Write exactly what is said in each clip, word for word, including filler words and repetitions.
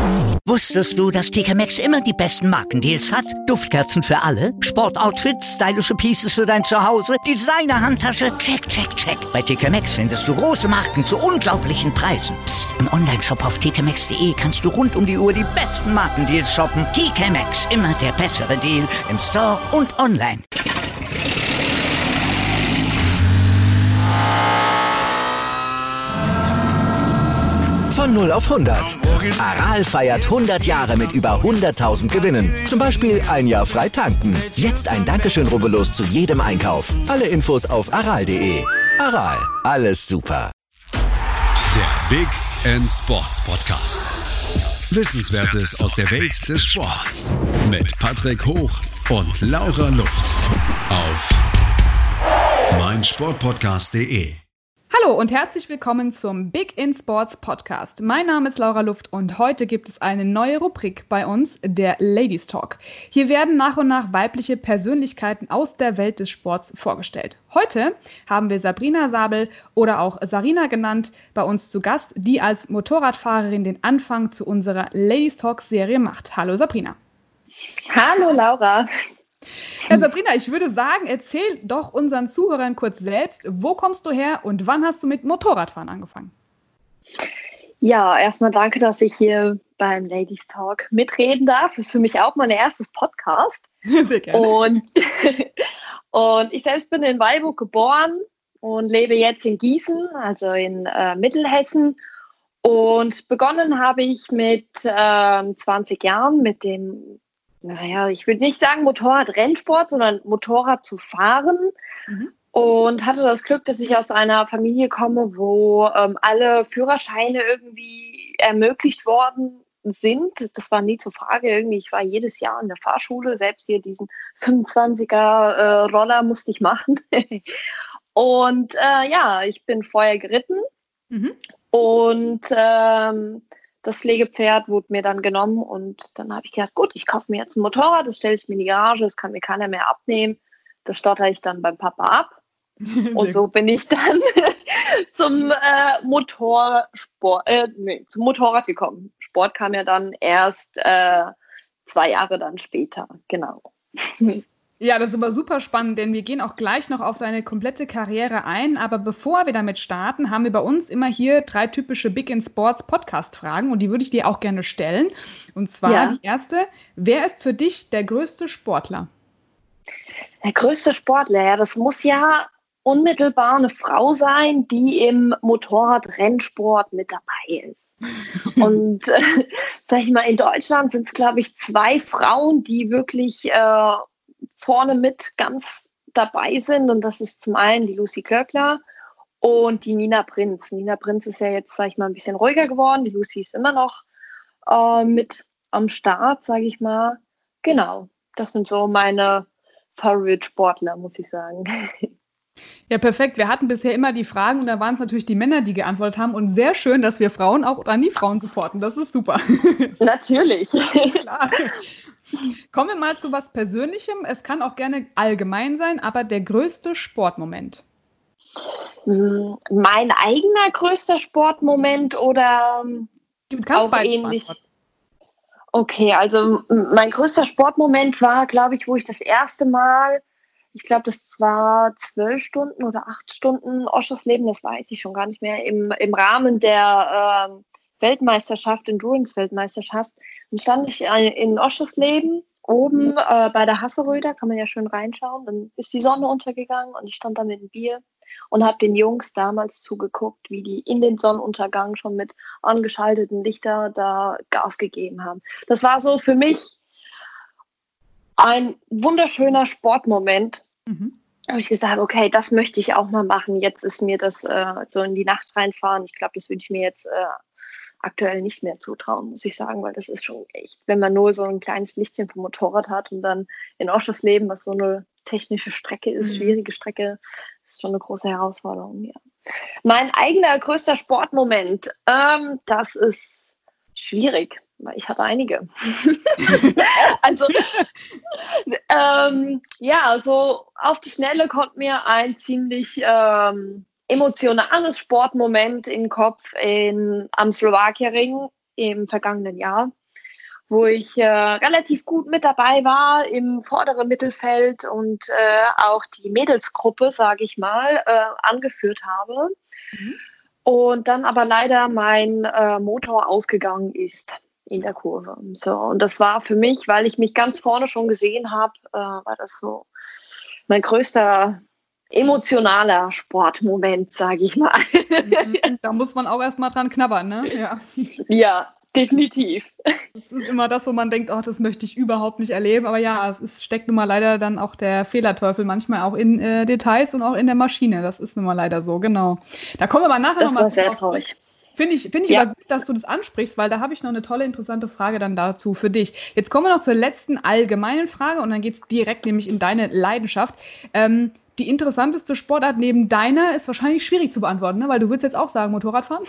Wusstest du, dass T K Maxx immer die besten Markendeals hat? Duftkerzen für alle, Sportoutfits, stylische Pieces für dein Zuhause, Designer-Handtasche, check, check, check. Bei T K Maxx findest du große Marken zu unglaublichen Preisen. Psst. Im Onlineshop auf t k maxx punkt d e kannst du rund um die Uhr die besten Markendeals shoppen. T K Maxx, immer der bessere Deal im Store und online. Von null auf hundert. Aral feiert hundert Jahre mit über hunderttausend Gewinnen. Zum Beispiel ein Jahr frei tanken. Jetzt ein Dankeschön, rubbellos zu jedem Einkauf. Alle Infos auf aral punkt de. Aral, alles super. Der Big End Sports Podcast. Wissenswertes aus der Welt des Sports. Mit Patrick Hoch und Laura Luft. Auf meinsportpodcast punkt de. Hallo und herzlich willkommen zum Big in Sports Podcast. Mein Name ist Laura Luft und heute gibt es eine neue Rubrik bei uns, der Ladies Talk. Hier werden nach und nach weibliche Persönlichkeiten aus der Welt des Sports vorgestellt. Heute haben wir Sabrina Sabel oder auch Sarina genannt bei uns zu Gast, die als Motorradfahrerin den Anfang zu unserer Ladies Talk Serie macht. Hallo Sabrina. Hallo Laura. Ja, Sabrina, ich würde sagen, erzähl doch unseren Zuhörern kurz selbst, wo kommst du her und wann hast du mit Motorradfahren angefangen? Ja, erstmal danke, dass ich hier beim Ladies Talk mitreden darf. Das ist für mich auch mein erstes Podcast. Sehr gerne. Und, und ich selbst bin in Weilburg geboren und lebe jetzt in Gießen, also in äh, Mittelhessen. Und begonnen habe ich mit äh, zwanzig Jahren mit dem Naja, ich würde nicht sagen Motorradrennsport, sondern Motorrad zu fahren. Mhm. Und hatte das Glück, dass ich aus einer Familie komme, wo ähm, alle Führerscheine irgendwie ermöglicht worden sind. Das war nie zur Frage. Irgendwie, ich war jedes Jahr in der Fahrschule, selbst hier diesen fünfundzwanziger äh, Roller musste ich machen. Und äh, ja, ich bin vorher geritten. Mhm. Und ähm, das Pflegepferd wurde mir dann genommen und dann habe ich gedacht, gut, ich kaufe mir jetzt ein Motorrad, das stelle ich mir in die Garage, das kann mir keiner mehr abnehmen. Das stotter ich dann beim Papa ab. Und so bin ich dann zum äh, Motorsport, äh, nee, zum Motorrad gekommen. Sport kam ja dann erst äh, zwei Jahre dann später, genau. Ja, das ist aber super spannend, denn wir gehen auch gleich noch auf deine komplette Karriere ein. Aber bevor wir damit starten, haben wir bei uns immer hier drei typische Big in Sports Podcast-Fragen und die würde ich dir auch gerne stellen. Und zwar ja. Die erste, wer ist für dich der größte Sportler? Der größte Sportler, ja, das muss ja unmittelbar eine Frau sein, die im Motorradrennsport mit dabei ist. Und äh, sag ich mal, in Deutschland sind es, glaube ich, zwei Frauen, die wirklich äh, vorne mit ganz dabei sind. Und das ist zum einen die Lucy Klöckler und die Nina Prinz. Nina Prinz ist ja jetzt, sag ich mal, ein bisschen ruhiger geworden. Die Lucy ist immer noch äh, mit am Start, sage ich mal. Genau, das sind so meine Favorite-Sportler, muss ich sagen. Ja, perfekt. Wir hatten bisher immer die Fragen und da waren es natürlich die Männer, die geantwortet haben. Und sehr schön, dass wir Frauen auch an die Frauen supporten. Das ist super. Natürlich. Klar. Kommen wir mal zu was Persönlichem. Es kann auch gerne allgemein sein, aber der größte Sportmoment. Mein eigener größter Sportmoment oder du kannst auch ähnlich? Okay, also mein größter Sportmoment war, glaube ich, wo ich das erste Mal, ich glaube, das war zwölf Stunden oder acht Stunden Oschersleben, das weiß ich schon gar nicht mehr, im, im Rahmen der äh, Weltmeisterschaft, Endurance-Weltmeisterschaft, dann stand ich in Oschersleben oben äh, bei der Hasseröder, kann man ja schön reinschauen, dann ist die Sonne untergegangen und ich stand da mit einem Bier und habe den Jungs damals zugeguckt, wie die in den Sonnenuntergang schon mit angeschalteten Lichter da Gas gegeben haben. Das war so für mich ein wunderschöner Sportmoment. Mhm. Da habe ich gesagt, okay, das möchte ich auch mal machen. Jetzt ist mir das äh, so in die Nacht reinfahren. Ich glaube, das würde ich mir jetzt äh, aktuell nicht mehr zutrauen, muss ich sagen, weil das ist schon echt, wenn man nur so ein kleines Lichtchen vom Motorrad hat und dann in Oschersleben, was so eine technische Strecke ist, mhm. schwierige Strecke, ist schon eine große Herausforderung, ja. Mein eigener größter Sportmoment, ähm, das ist schwierig, weil ich hatte einige. also, ähm, ja, also auf die Schnelle kommt mir ein ziemlich ähm, emotionales Sportmoment in den Kopf in, am Slowakiering im vergangenen Jahr, wo ich äh, relativ gut mit dabei war im vorderen Mittelfeld und äh, auch die Mädelsgruppe, sage ich mal, äh, angeführt habe. Mhm. Und dann aber leider mein äh, Motor ausgegangen ist in der Kurve. So, und das war für mich, weil ich mich ganz vorne schon gesehen habe, äh, war das so mein größter emotionaler Sportmoment, sage ich mal. Da muss man auch erstmal dran knabbern, ne? Ja. Ja, definitiv. Das ist immer das, wo man denkt, oh, das möchte ich überhaupt nicht erleben. Aber ja, es ist, steckt nun mal leider dann auch der Fehlerteufel manchmal auch in äh, Details und auch in der Maschine. Das ist nun mal leider so, genau. Da kommen wir aber nachher nochmal. Das war sehr traurig. Finde ich, find ich ja. aber gut, dass du das ansprichst, weil da habe ich noch eine tolle, interessante Frage dann dazu für dich. Jetzt kommen wir noch zur letzten allgemeinen Frage und dann geht es direkt nämlich in deine Leidenschaft. Ähm, die interessanteste Sportart neben deiner ist wahrscheinlich schwierig zu beantworten, ne? Weil du würdest jetzt auch sagen, Motorradfahren?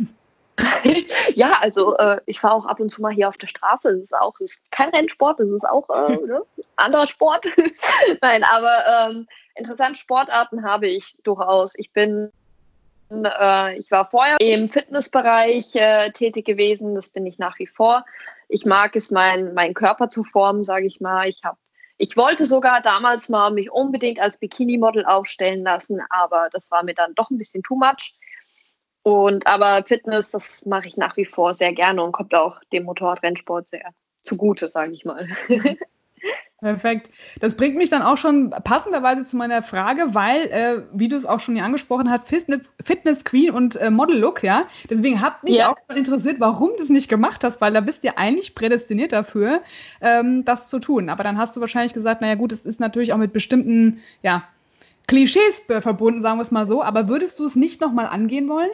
Ja, also äh, ich fahre auch ab und zu mal hier auf der Straße. Das ist auch, das ist kein Rennsport, das ist auch äh, ne? anderer Sport. Nein, aber ähm, interessante Sportarten habe ich durchaus. Ich bin äh, ich war vorher im Fitnessbereich äh, tätig gewesen, das bin ich nach wie vor. Ich mag es, mein, meinen Körper zu formen, sage ich mal. Ich habe Ich wollte sogar damals mal mich unbedingt als Bikini-Model aufstellen lassen, aber das war mir dann doch ein bisschen too much. Und aber Fitness, das mache ich nach wie vor sehr gerne und kommt auch dem Motorradrennsport sehr zugute, sage ich mal. Perfekt. Das bringt mich dann auch schon passenderweise zu meiner Frage, weil, äh, wie du es auch schon hier angesprochen hast, Fitness, Fitness Queen und äh, Model Look, ja. Deswegen hat mich ja. auch schon interessiert, warum du es nicht gemacht hast, weil da bist du ja eigentlich prädestiniert dafür, ähm, das zu tun. Aber dann hast du wahrscheinlich gesagt, naja gut, es ist natürlich auch mit bestimmten, ja, Klischees verbunden, sagen wir es mal so. Aber würdest du es nicht nochmal angehen wollen?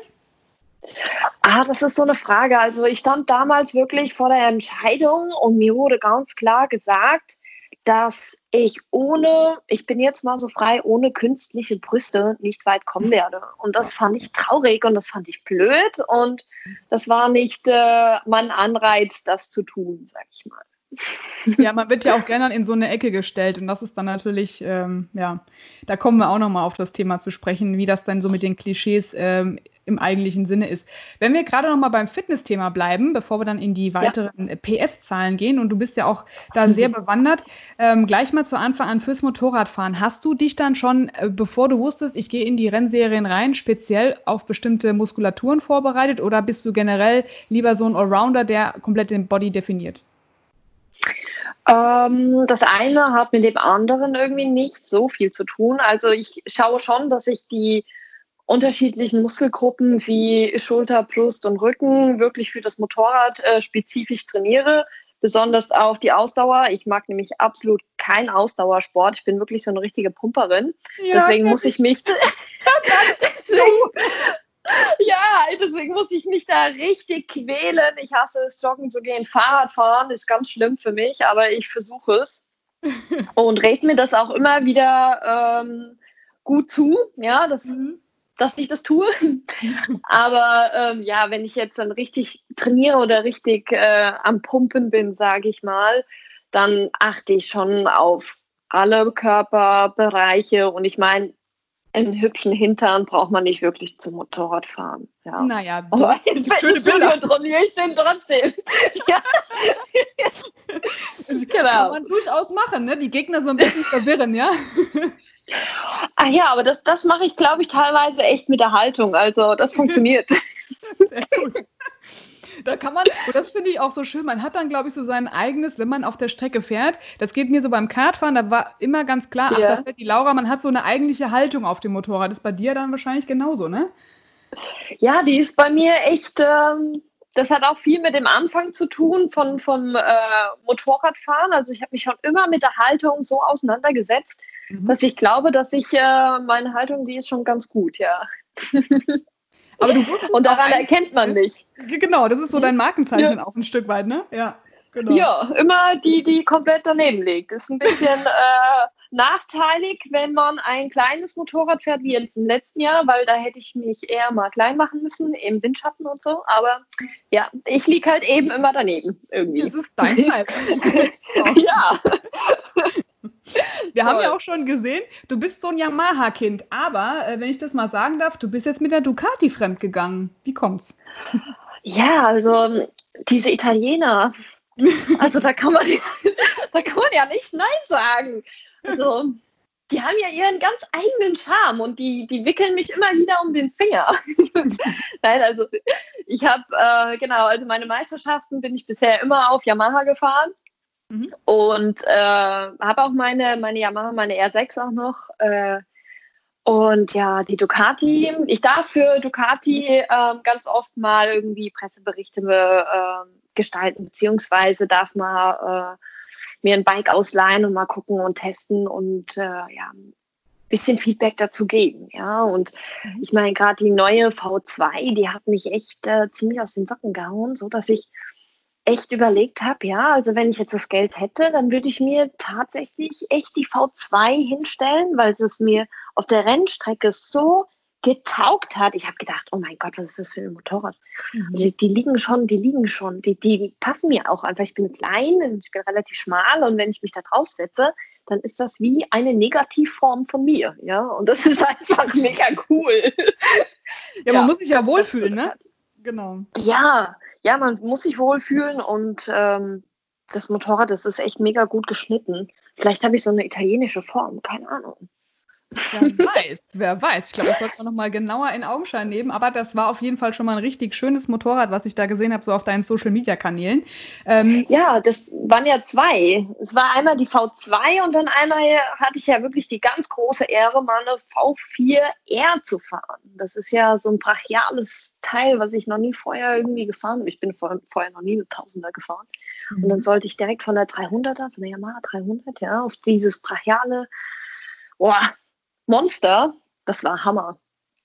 Ah, das ist so eine Frage. Also ich stand damals wirklich vor der Entscheidung und mir wurde ganz klar gesagt, dass ich ohne, ich bin jetzt mal so frei, ohne künstliche Brüste nicht weit kommen werde. Und das fand ich traurig und das fand ich blöd und das war nicht äh, mein Anreiz, das zu tun, sag ich mal. Ja, man wird ja auch gerne in so eine Ecke gestellt und das ist dann natürlich, ähm, ja, da kommen wir auch nochmal auf das Thema zu sprechen, wie das dann so mit den Klischees ähm, im eigentlichen Sinne ist. Wenn wir gerade nochmal beim Fitnessthema bleiben, bevor wir dann in die weiteren ja. P S-Zahlen gehen und du bist ja auch da sehr bewandert, ähm, gleich mal zu Anfang an fürs Motorradfahren. Hast du dich dann schon, äh, bevor du wusstest, ich gehe in die Rennserien rein, speziell auf bestimmte Muskulaturen vorbereitet oder bist du generell lieber so ein Allrounder, der komplett den Body definiert? Ähm, das eine hat mit dem anderen irgendwie nicht so viel zu tun. Also ich schaue schon, dass ich die unterschiedlichen Muskelgruppen wie Schulter, Brust und Rücken wirklich für das Motorrad äh, spezifisch trainiere. Besonders auch die Ausdauer. Ich mag nämlich absolut keinen Ausdauersport. Ich bin wirklich so eine richtige Pumperin. Ja, deswegen muss ich mich... deswegen, ja, deswegen muss ich mich da richtig quälen. Ich hasse es, joggen zu gehen. Fahrradfahren ist ganz schlimm für mich, aber ich versuche es. Und rede mir das auch immer wieder ähm, gut zu, ja, dass, mhm. dass ich das tue. Aber ähm, ja, wenn ich jetzt dann richtig trainiere oder richtig äh, am Pumpen bin, sage ich mal, dann achte ich schon auf alle Körperbereiche. Und ich meine, einen hübschen Hintern braucht man nicht wirklich zum Motorradfahren. Ja. Naja, aber in Fitnessstudio trainiere ich den trotzdem. Ja. Das genau. Kann man durchaus machen, ne? Die Gegner so ein bisschen verwirren, ja? Ach ja, aber das, das mache ich, glaube ich, teilweise echt mit der Haltung. Also das funktioniert. Sehr gut. Da kann man, und das finde ich auch so schön, man hat dann, glaube ich, so sein eigenes, wenn man auf der Strecke fährt, das geht mir so beim Kartfahren, da war immer ganz klar, ach, ja. Da fährt die Laura, man hat so eine eigentliche Haltung auf dem Motorrad. Das ist bei dir dann wahrscheinlich genauso, ne? Ja, die ist bei mir echt, ähm, das hat auch viel mit dem Anfang zu tun von, von äh, Motorradfahren. Also ich habe mich schon immer mit der Haltung so auseinandergesetzt, mhm. dass ich glaube, dass ich, äh, meine Haltung, die ist schon ganz gut, ja. Aber du und daran erkennt man mich. Genau, das ist so dein Markenzeichen ja. auch ein Stück weit, ne? Ja, genau. Ja, immer die, die komplett daneben liegt. Das ist ein bisschen äh, nachteilig, wenn man ein kleines Motorrad fährt, wie jetzt im letzten Jahr, weil da hätte ich mich eher mal klein machen müssen, im Windschatten und so. Aber ja, ich liege halt eben immer daneben irgendwie. Das ist dein Teil. Ja. Wir haben ja auch schon gesehen, du bist so ein Yamaha-Kind, aber äh, wenn ich das mal sagen darf, du bist jetzt mit der Ducati fremdgegangen. Wie kommt's? Ja, also Diese Italiener, also da kann man, da kann man ja nicht Nein sagen. Also die haben ja ihren ganz eigenen Charme und die, die wickeln mich immer wieder um den Finger. Nein, also ich habe, äh, genau, also meine Meisterschaften bin ich bisher immer auf Yamaha gefahren mhm. und äh, habe auch meine, meine Yamaha, meine R sechs auch noch. Äh, und ja, die Ducati, ich darf für Ducati äh, ganz oft mal irgendwie Presseberichte äh, gestalten, beziehungsweise darf mal äh, mir ein Bike ausleihen und mal gucken und testen und äh, ja, ein bisschen Feedback dazu geben. Ja, und mhm. ich meine, gerade die neue V zwei, die hat mich echt äh, ziemlich aus den Socken gehauen, so dass ich echt überlegt habe, ja, also wenn ich jetzt das Geld hätte, dann würde ich mir tatsächlich echt die V zwei hinstellen, weil es mir auf der Rennstrecke so getaugt hat. Ich habe gedacht, oh mein Gott, was ist das für ein Motorrad? Mhm. Also die, die liegen schon, die liegen schon, die, die passen mir auch einfach. Ich bin klein und ich bin relativ schmal und wenn ich mich da drauf setze, dann ist das wie eine Negativform von mir. Ja, und das ist einfach mega cool. Ja, man ja, muss sich ja wohlfühlen, ne? Genau. Ja, ja, man muss sich wohlfühlen und ähm, das Motorrad, das ist echt mega gut geschnitten. Vielleicht habe ich so eine italienische Form, keine Ahnung. Wer weiß, wer weiß. Ich glaube, das sollte man noch mal genauer in Augenschein nehmen. Aber das war auf jeden Fall schon mal ein richtig schönes Motorrad, was ich da gesehen habe, so auf deinen Social-Media-Kanälen. Ähm, ja, das waren ja zwei. Es war einmal die V zwei und dann einmal hatte ich ja wirklich die ganz große Ehre, mal eine V vier R zu fahren. Das ist ja so ein brachiales Teil, was ich noch nie vorher irgendwie gefahren habe. Ich bin vor, vorher noch nie eine Tausender gefahren. Mhm. Und dann sollte ich direkt von der dreihunderter, von der Yamaha dreihundert, ja, auf dieses brachiale, boah, Monster, das war Hammer.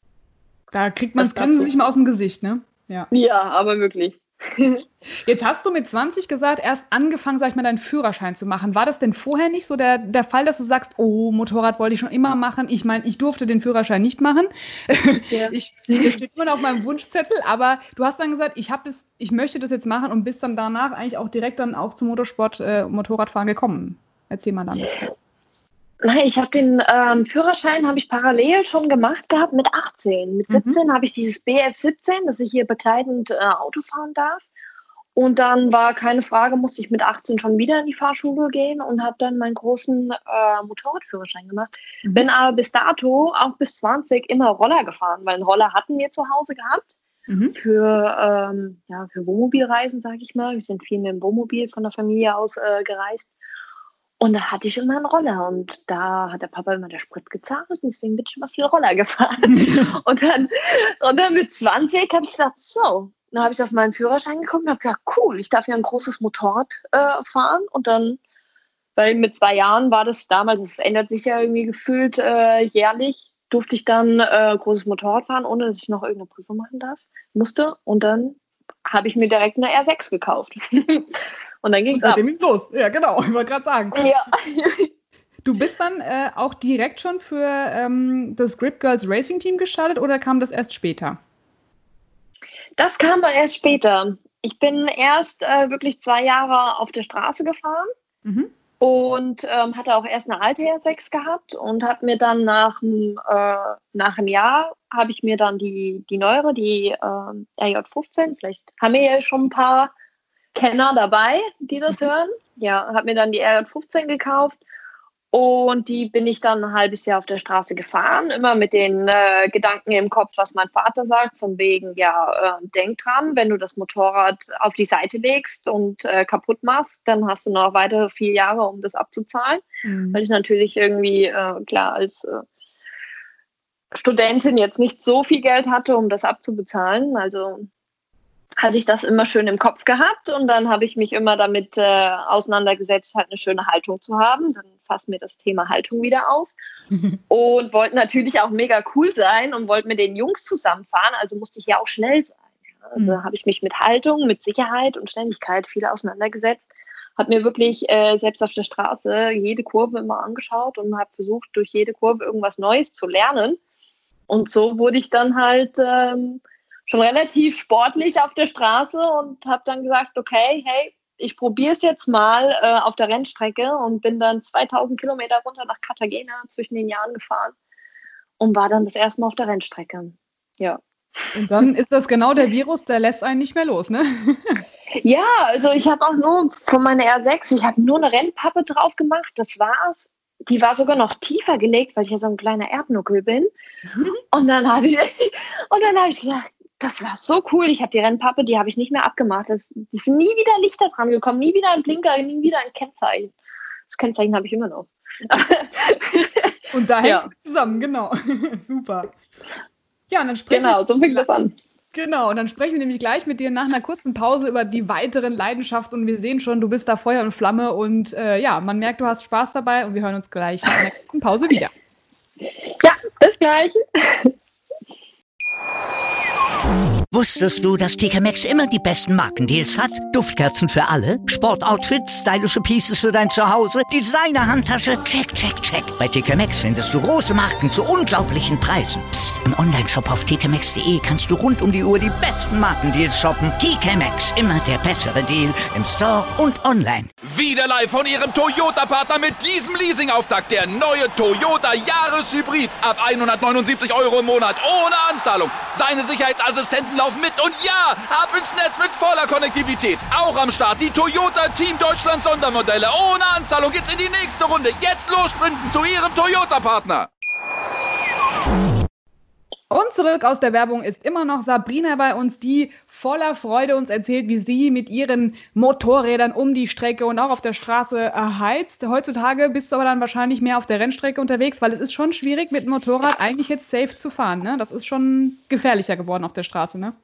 Da kriegt man das Grinsen nicht mal aus dem Gesicht, ne? Ja, ja, aber wirklich. Jetzt hast du mit zwanzig gesagt, erst angefangen, sag ich mal, deinen Führerschein zu machen. War das denn vorher nicht so der, der Fall, dass du sagst, oh, Motorrad wollte ich schon immer machen? Ich meine, ich durfte den Führerschein nicht machen. Ja. Ich, der steht immer noch auf meinem Wunschzettel, aber du hast dann gesagt, ich, hab das, ich möchte das jetzt machen und bist dann danach eigentlich auch direkt dann auch zum Motorsport, äh, Motorradfahren gekommen. Erzähl mal dann. Nein, ich habe den ähm, Führerschein habe ich parallel schon gemacht gehabt mit achtzehn. Mit siebzehn mhm. habe ich dieses B F siebzehn, dass ich hier begleitend äh, Auto fahren darf. Und dann war keine Frage, musste ich mit achtzehn schon wieder in die Fahrschule gehen und habe dann meinen großen äh, Motorradführerschein gemacht. Mhm. Bin aber bis dato, auch bis zwanzig, immer Roller gefahren, weil einen Roller hatten wir zu Hause gehabt. Mhm. Für, ähm, ja, für Wohnmobilreisen, sage ich mal. Wir sind viel mit dem Wohnmobil von der Familie aus äh, gereist. Und da hatte ich immer einen Roller und da hat der Papa immer der Sprit gezahlt und deswegen bin ich immer viel Roller gefahren. und, dann, und dann mit zwanzig habe ich gesagt, so, dann habe ich auf meinen Führerschein geguckt und habe gesagt, cool, ich darf ja ein großes Motorrad äh, fahren. Und dann, weil mit zwei Jahren war das damals, es ändert sich ja irgendwie gefühlt äh, jährlich, durfte ich dann äh, großes Motorrad fahren, ohne dass ich noch irgendeine Prüfung machen darf, musste. Und dann habe ich mir direkt eine R sechs gekauft. Und dann ging es ab. Dann ging's los. Ja, genau. Ich wollte gerade sagen. Ja. Du bist dann äh, auch direkt schon für ähm, das Grip Girls Racing Team gestartet oder kam das erst später? Das kam dann erst später. Ich bin erst äh, wirklich zwei Jahre auf der Straße gefahren mhm. und ähm, hatte auch erst eine alte R sechs gehabt und habe mir dann nach, äh, nach einem Jahr habe ich mir dann die, die neuere, die äh, R J fünfzehn, vielleicht haben wir ja schon ein paar Kenner dabei, die das hören. Ja, habe mir dann die R J fünfzehn gekauft und die bin ich dann ein halbes Jahr auf der Straße gefahren, immer mit den äh, Gedanken im Kopf, was mein Vater sagt, von wegen, ja, äh, denk dran, wenn du das Motorrad auf die Seite legst und äh, kaputt machst, dann hast du noch weitere vier Jahre, um das abzuzahlen, mhm. weil ich natürlich irgendwie, äh, klar, als äh, Studentin jetzt nicht so viel Geld hatte, um das abzubezahlen, also hatte ich das immer schön im Kopf gehabt und dann habe ich mich immer damit äh, auseinandergesetzt, halt eine schöne Haltung zu haben. Dann fasst mir das Thema Haltung wieder auf und wollte natürlich auch mega cool sein und wollte mit den Jungs zusammenfahren, also musste ich ja auch schnell sein. Also mhm. habe ich mich mit Haltung, mit Sicherheit und Schnelligkeit viel auseinandergesetzt, habe mir wirklich äh, selbst auf der Straße jede Kurve immer angeschaut und habe versucht, durch jede Kurve irgendwas Neues zu lernen. Und so wurde ich dann halt ähm, schon relativ sportlich auf der Straße und habe dann gesagt, okay, hey, ich probiere es jetzt mal äh, auf der Rennstrecke und bin dann zweitausend Kilometer runter nach Cartagena zwischen den Jahren gefahren und war dann das erste Mal auf der Rennstrecke. Ja. Und dann ist das genau der Virus, der lässt einen nicht mehr los, ne? Ja, also ich habe auch nur von meiner R sechs, ich habe nur eine Rennpappe drauf gemacht, das war's. Die war sogar noch tiefer gelegt, weil ich ja so ein kleiner Erdnuckel bin. Mhm. Und dann habe ich, und dann habe ich gedacht, das war so cool. Ich habe die Rennpappe, die habe ich nicht mehr abgemacht. Es ist nie wieder Lichter dran gekommen, nie wieder ein Blinker, nie wieder ein Kennzeichen. Das Kennzeichen habe ich immer noch. Und da hängt ja. es zusammen, genau. Super. Ja, und dann sprechen Genau, so fängt das an. Genau, und dann sprechen wir nämlich gleich mit dir nach einer kurzen Pause über die weiteren Leidenschaften und wir sehen schon, du bist da Feuer und Flamme und äh, ja, man merkt, du hast Spaß dabei und wir hören uns gleich nach einer kurzen Pause wieder. Ja, bis gleich. Wusstest du, dass T K Maxx immer die besten Markendeals hat? Duftkerzen für alle, Sportoutfits, stylische Pieces für dein Zuhause, Designer-Handtasche, check, check, check. Bei T K Maxx findest du große Marken zu unglaublichen Preisen. Psst. Im Onlineshop auf t k maxx punkt d e kannst du rund um die Uhr die besten Markendeals shoppen. T K Maxx, immer der bessere Deal im Store und online. Wieder live von ihrem Toyota-Partner mit diesem Leasing-Auftakt. Der neue Toyota Jahreshybrid. Ab hundertneunundsiebzig Euro im Monat ohne Anzahlung. Seine Sicherheitsassistenten laufen mit und ja, ab ins Netz mit voller Konnektivität. Auch am Start die Toyota Team Deutschland Sondermodelle. Ohne Anzahlung geht's in die nächste Runde. Jetzt los sprinten zu ihrem Toyota-Partner. Und zurück aus der Werbung ist immer noch Sabrina bei uns, die voller Freude uns erzählt, wie sie mit ihren Motorrädern um die Strecke und auch auf der Straße heizt. Heutzutage bist du aber dann wahrscheinlich mehr auf der Rennstrecke unterwegs, weil es ist schon schwierig, mit dem Motorrad eigentlich jetzt safe zu fahren, ne? Das ist schon gefährlicher geworden auf der Straße, ne?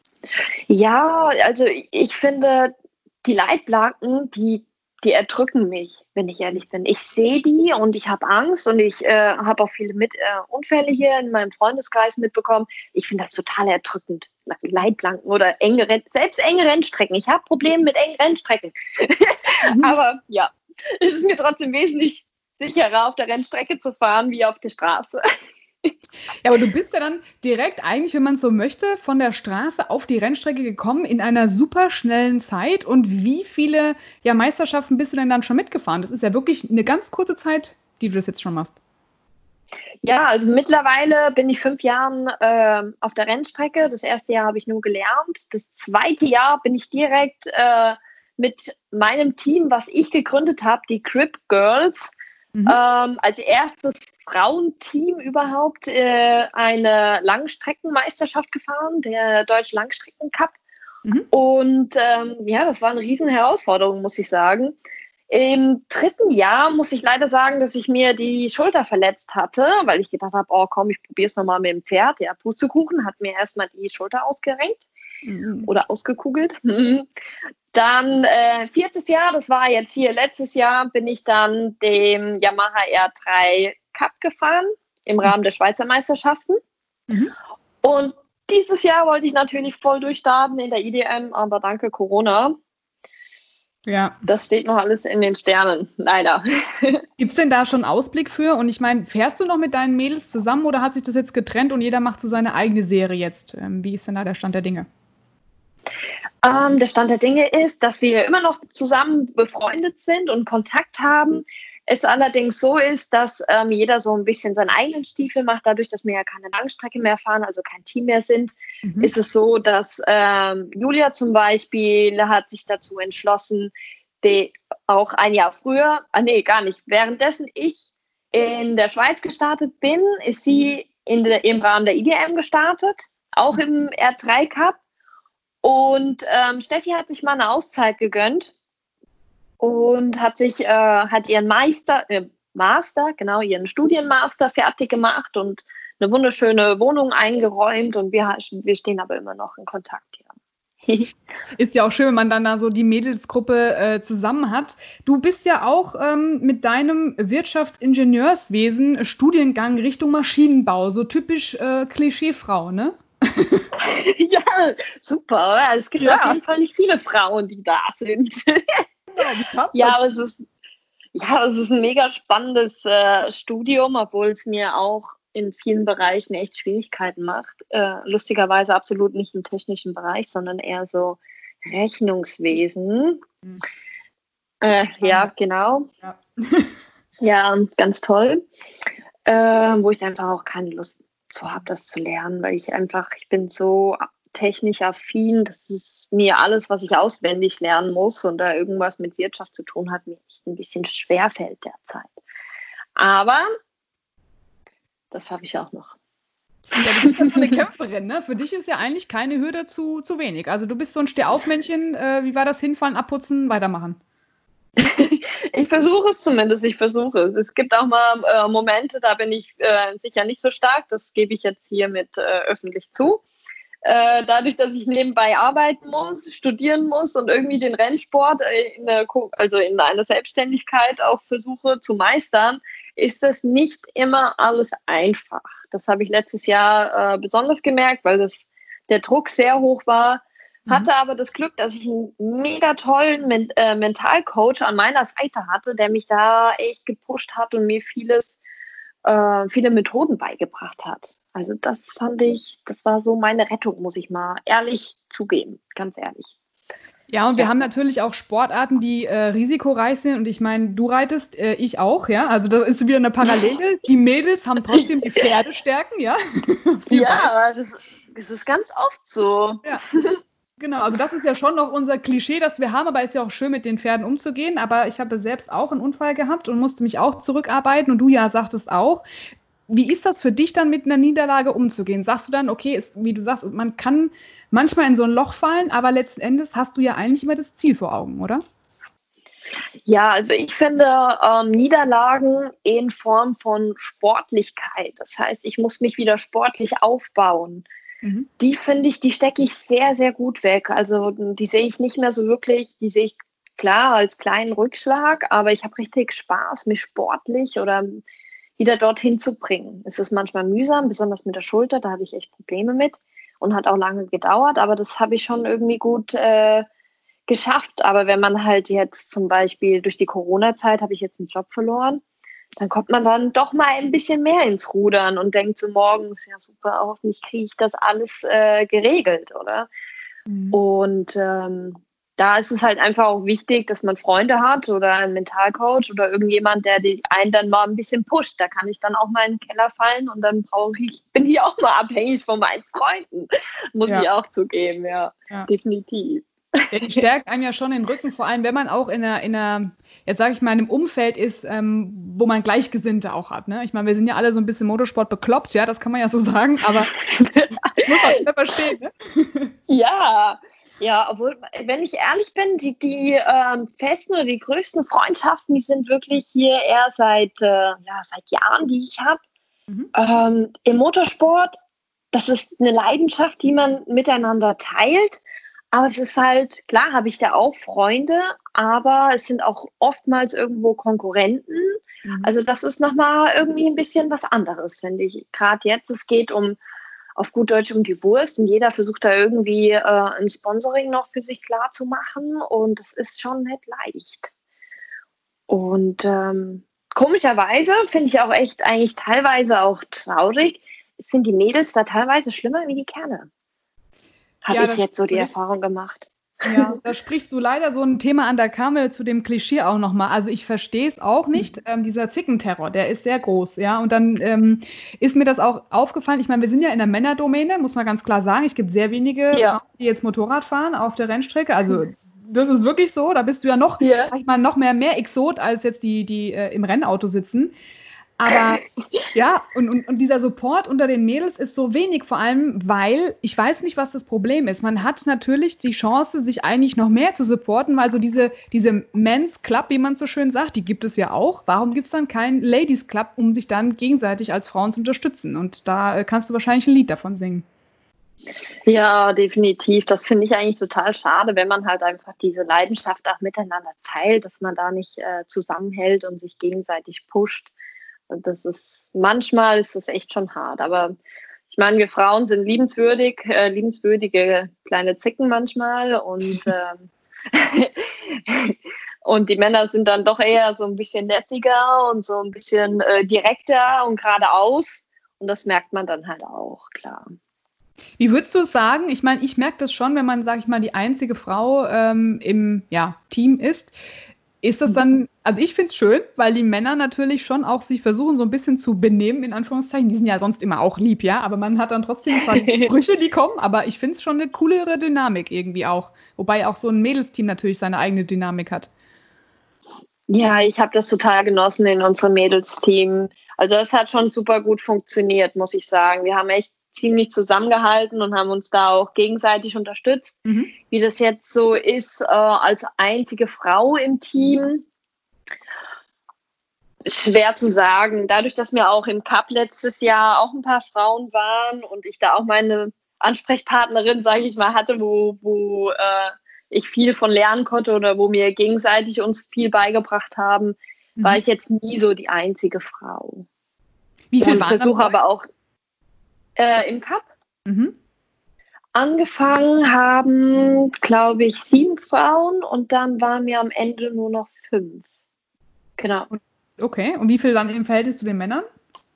Ja, also ich finde, die Leitplanken, die die erdrücken mich, wenn ich ehrlich bin. Ich sehe die und ich habe Angst und ich äh, habe auch viele mit, äh, Unfälle hier in meinem Freundeskreis mitbekommen. Ich finde das total erdrückend. Leitplanken oder enge Renn, selbst enge Rennstrecken. Ich habe Probleme mit engen Rennstrecken. Aber ja, es ist mir trotzdem wesentlich sicherer, auf der Rennstrecke zu fahren, wie auf der Straße. Ja, aber du bist ja dann direkt eigentlich, wenn man es so möchte, von der Straße auf die Rennstrecke gekommen in einer super schnellen Zeit. Und wie viele ja, Meisterschaften bist du denn dann schon mitgefahren? Das ist ja wirklich eine ganz kurze Zeit, die du das jetzt schon machst. Ja, also mittlerweile bin ich fünf Jahre äh, auf der Rennstrecke. Das erste Jahr habe ich nur gelernt. Das zweite Jahr bin ich direkt äh, mit meinem Team, was ich gegründet habe, die Crip Girls, Mhm. Ähm, als erstes Frauenteam überhaupt äh, eine Langstreckenmeisterschaft gefahren, der Deutsche Langstreckencup. Mhm. Und ähm, ja, das war eine riesen Herausforderung, muss ich sagen. Im dritten Jahr muss ich leider sagen, dass ich mir die Schulter verletzt hatte, weil ich gedacht habe, oh komm, ich probiere es nochmal mit dem Pferd. Ja, Pustekuchen, hat mir erstmal die Schulter ausgerenkt mhm. oder ausgekugelt. Dann äh, viertes Jahr, das war jetzt hier letztes Jahr, bin ich dann dem Yamaha R drei Cup gefahren im Rahmen der Schweizer Meisterschaften. Mhm. Und dieses Jahr wollte ich natürlich voll durchstarten in der I D M, aber danke Corona. Ja. Das steht noch alles in den Sternen, leider. Gibt es denn da schon Ausblick für? Und ich meine, fährst du noch mit deinen Mädels zusammen oder hat sich das jetzt getrennt und jeder macht so seine eigene Serie jetzt? Ähm, wie ist denn da der Stand der Dinge? Ähm, der Stand der Dinge ist, dass wir immer noch zusammen befreundet sind und Kontakt haben. Es allerdings so ist, dass ähm, jeder so ein bisschen seinen eigenen Stiefel macht. Dadurch, dass wir ja keine Langstrecke mehr fahren, also kein Team mehr sind, mhm. ist es so, dass ähm, Julia zum Beispiel hat sich dazu entschlossen, die auch ein Jahr früher, ah nee, gar nicht, währenddessen ich in der Schweiz gestartet bin, ist sie in der, im Rahmen der I D M gestartet, auch im R drei Cup. Und ähm, Steffi hat sich mal eine Auszeit gegönnt und hat sich äh, hat ihren Meister, äh, Master, genau, ihren Studienmaster fertig gemacht und eine wunderschöne Wohnung eingeräumt und wir, wir stehen aber immer noch in Kontakt hier. Ist ja auch schön, wenn man dann da so die Mädelsgruppe äh, zusammen hat. Du bist ja auch ähm, mit deinem Wirtschaftsingenieurswesen Studiengang Richtung Maschinenbau, so typisch äh, Klischeefrau, ne? Ja, super. Oder? Es gibt ja auf jeden Fall nicht viele Frauen, die da sind. Ja, ja, aber es ist, ja, es ist ein mega spannendes äh, Studium, obwohl es mir auch in vielen Bereichen echt Schwierigkeiten macht. Äh, lustigerweise absolut nicht im technischen Bereich, sondern eher so Rechnungswesen. Mhm. Äh, ja, genau. Ja, ja ganz toll. Äh, wo ich einfach auch keine Lust Lust zu habe, das zu lernen, weil ich einfach, ich bin so technisch affin, das ist mir alles, was ich auswendig lernen muss und da irgendwas mit Wirtschaft zu tun hat, mir echt ein bisschen schwerfällt derzeit. Aber das schaffe ich auch noch. Ja, du bist ja so eine Kämpferin, ne? Für dich ist ja eigentlich keine Hürde zu, zu wenig. Also du bist so ein Stehaufmännchen. Äh, wie war das? Hinfallen, abputzen, weitermachen? Ich versuche es zumindest, ich versuche es. Es gibt auch mal äh, Momente, da bin ich äh, sicher nicht so stark. Das gebe ich jetzt hiermit äh, öffentlich zu. Äh, dadurch, dass ich nebenbei arbeiten muss, studieren muss und irgendwie den Rennsport in eine, also in einer Selbstständigkeit auch versuche zu meistern, ist das nicht immer alles einfach. Das habe ich letztes Jahr äh, besonders gemerkt, weil das, der Druck sehr hoch war. Hatte mhm. aber das Glück, dass ich einen mega tollen Men- äh, Mentalcoach an meiner Seite hatte, der mich da echt gepusht hat und mir vieles, äh, viele Methoden beigebracht hat. Also das fand ich, das war so meine Rettung, muss ich mal ehrlich zugeben, ganz ehrlich. Ja, und wir ja. haben natürlich auch Sportarten, die äh, risikoreich sind. Und ich meine, du reitest, äh, ich auch, ja. Also da ist wieder eine Parallele. Die Mädels haben trotzdem die Pferdestärken, ja. Ja, das, das ist ganz oft so. Ja. Genau, also das ist ja schon noch unser Klischee, das wir haben, aber ist ja auch schön, mit den Pferden umzugehen. Aber ich habe selbst auch einen Unfall gehabt und musste mich auch zurückarbeiten. Und du ja sagtest auch. Wie ist das für dich dann mit einer Niederlage umzugehen? Sagst du dann, okay, ist, wie du sagst, man kann manchmal in so ein Loch fallen, aber letzten Endes hast du ja eigentlich immer das Ziel vor Augen, oder? Ja, also ich finde ähm, Niederlagen in Form von Sportlichkeit. Das heißt, ich muss mich wieder sportlich aufbauen. Mhm. Die finde ich, die stecke ich sehr, sehr gut weg. Also die sehe ich nicht mehr so wirklich, die sehe ich klar als kleinen Rückschlag, aber ich habe richtig Spaß, mich sportlich oder wieder dorthin zu bringen. Es ist manchmal mühsam, besonders mit der Schulter, da hatte ich echt Probleme mit und hat auch lange gedauert, aber das habe ich schon irgendwie gut äh, geschafft. Aber wenn man halt jetzt zum Beispiel durch die Corona-Zeit, habe ich jetzt einen Job verloren, dann kommt man dann doch mal ein bisschen mehr ins Rudern und denkt so morgens, ja super, hoffentlich kriege ich das alles äh, geregelt, oder? Mhm. Und ähm, da ist es halt einfach auch wichtig, dass man Freunde hat oder einen Mentalcoach oder irgendjemand, der die einen dann mal ein bisschen pusht. Da kann ich dann auch mal in den Keller fallen und dann brauche ich, bin ich auch mal abhängig von meinen Freunden. Muss ja. ich auch zugeben, ja, ja. definitiv. Ja, die stärkt einem ja schon den Rücken, vor allem wenn man auch in einer, in einer jetzt sage ich mal, in einem Umfeld ist, ähm, wo man Gleichgesinnte auch hat. Ne? Ich meine, wir sind ja alle so ein bisschen Motorsport bekloppt, ja, das kann man ja so sagen, aber muss man nicht verstehen. Ne? Ja, ja, obwohl, wenn ich ehrlich bin, die, die ähm, festen oder die größten Freundschaften, die sind wirklich hier eher seit, äh, ja, seit Jahren, die ich habe. Mhm. Ähm, im Motorsport, das ist eine Leidenschaft, die man miteinander teilt. Aber es ist halt, klar habe ich da auch Freunde, aber es sind auch oftmals irgendwo Konkurrenten. Mhm. Also das ist nochmal irgendwie ein bisschen was anderes, finde ich. Gerade jetzt, es geht um, auf gut Deutsch, um die Wurst und jeder versucht da irgendwie äh, ein Sponsoring noch für sich klar zu machen und das ist schon nicht leicht. Und ähm, komischerweise finde ich auch echt eigentlich teilweise auch traurig, sind die Mädels da teilweise schlimmer wie die Kerle. Habe ja, ich jetzt so die Erfahrung gemacht. Ja, da sprichst du leider so ein Thema an, da kamen wir zu dem Klischee auch nochmal. Also ich verstehe es auch nicht, ähm, dieser Zickenterror, der ist sehr groß, ja. Und dann ähm, ist mir das auch aufgefallen, ich meine, wir sind ja in der Männerdomäne, muss man ganz klar sagen. Es gibt sehr wenige, ja. die jetzt Motorrad fahren auf der Rennstrecke, also das ist wirklich so, da bist du ja noch, ja. sag ich mal, noch mehr, mehr Exot, als jetzt die, die äh, im Rennauto sitzen. Aber ja, und, und, und dieser Support unter den Mädels ist so wenig, vor allem, weil ich weiß nicht, was das Problem ist. Man hat natürlich die Chance, sich eigentlich noch mehr zu supporten, weil so diese, diese Men's Club, wie man so schön sagt, die gibt es ja auch. Warum gibt es dann keinen Ladies Club, um sich dann gegenseitig als Frauen zu unterstützen? Und da kannst du wahrscheinlich ein Lied davon singen. Ja, definitiv. Das finde ich eigentlich total schade, wenn man halt einfach diese Leidenschaft auch miteinander teilt, dass man da nicht äh, zusammenhält und sich gegenseitig pusht. Und das ist, manchmal ist das echt schon hart, aber ich meine, wir Frauen sind liebenswürdig, äh, liebenswürdige kleine Zicken manchmal und, ähm, und die Männer sind dann doch eher so ein bisschen netziger und so ein bisschen äh, direkter und geradeaus und das merkt man dann halt auch, klar. Wie würdest du es sagen? Ich meine, ich merke das schon, wenn man, sage ich mal, die einzige Frau ähm, im ja, Team ist. Ist das dann, also ich finde es schön, weil die Männer natürlich schon auch sich versuchen, so ein bisschen zu benehmen, in Anführungszeichen. Die sind ja sonst immer auch lieb, ja, aber man hat dann trotzdem zwar die Sprüche, die kommen, aber ich finde es schon eine coolere Dynamik irgendwie auch. Wobei auch so ein Mädelsteam natürlich seine eigene Dynamik hat. Ja, ich habe das total genossen in unserem Mädelsteam. Also es hat schon super gut funktioniert, muss ich sagen. Wir haben echt ziemlich zusammengehalten und haben uns da auch gegenseitig unterstützt. Mhm. Wie das jetzt so ist, äh, als einzige Frau im Team, schwer zu sagen. Dadurch, dass mir auch im Cup letztes Jahr auch ein paar Frauen waren und ich da auch meine Ansprechpartnerin, sage ich mal, hatte, wo, wo äh, ich viel von lernen konnte oder wo wir gegenseitig uns viel beigebracht haben, mhm. war ich jetzt nie so die einzige Frau. Wie viel und waren versuche aber auch Äh, im Cup. Mhm. Angefangen haben, glaube ich, sieben Frauen und dann waren wir am Ende nur noch fünf. Genau. Okay, und wie viel dann im Verhältnis zu den Männern?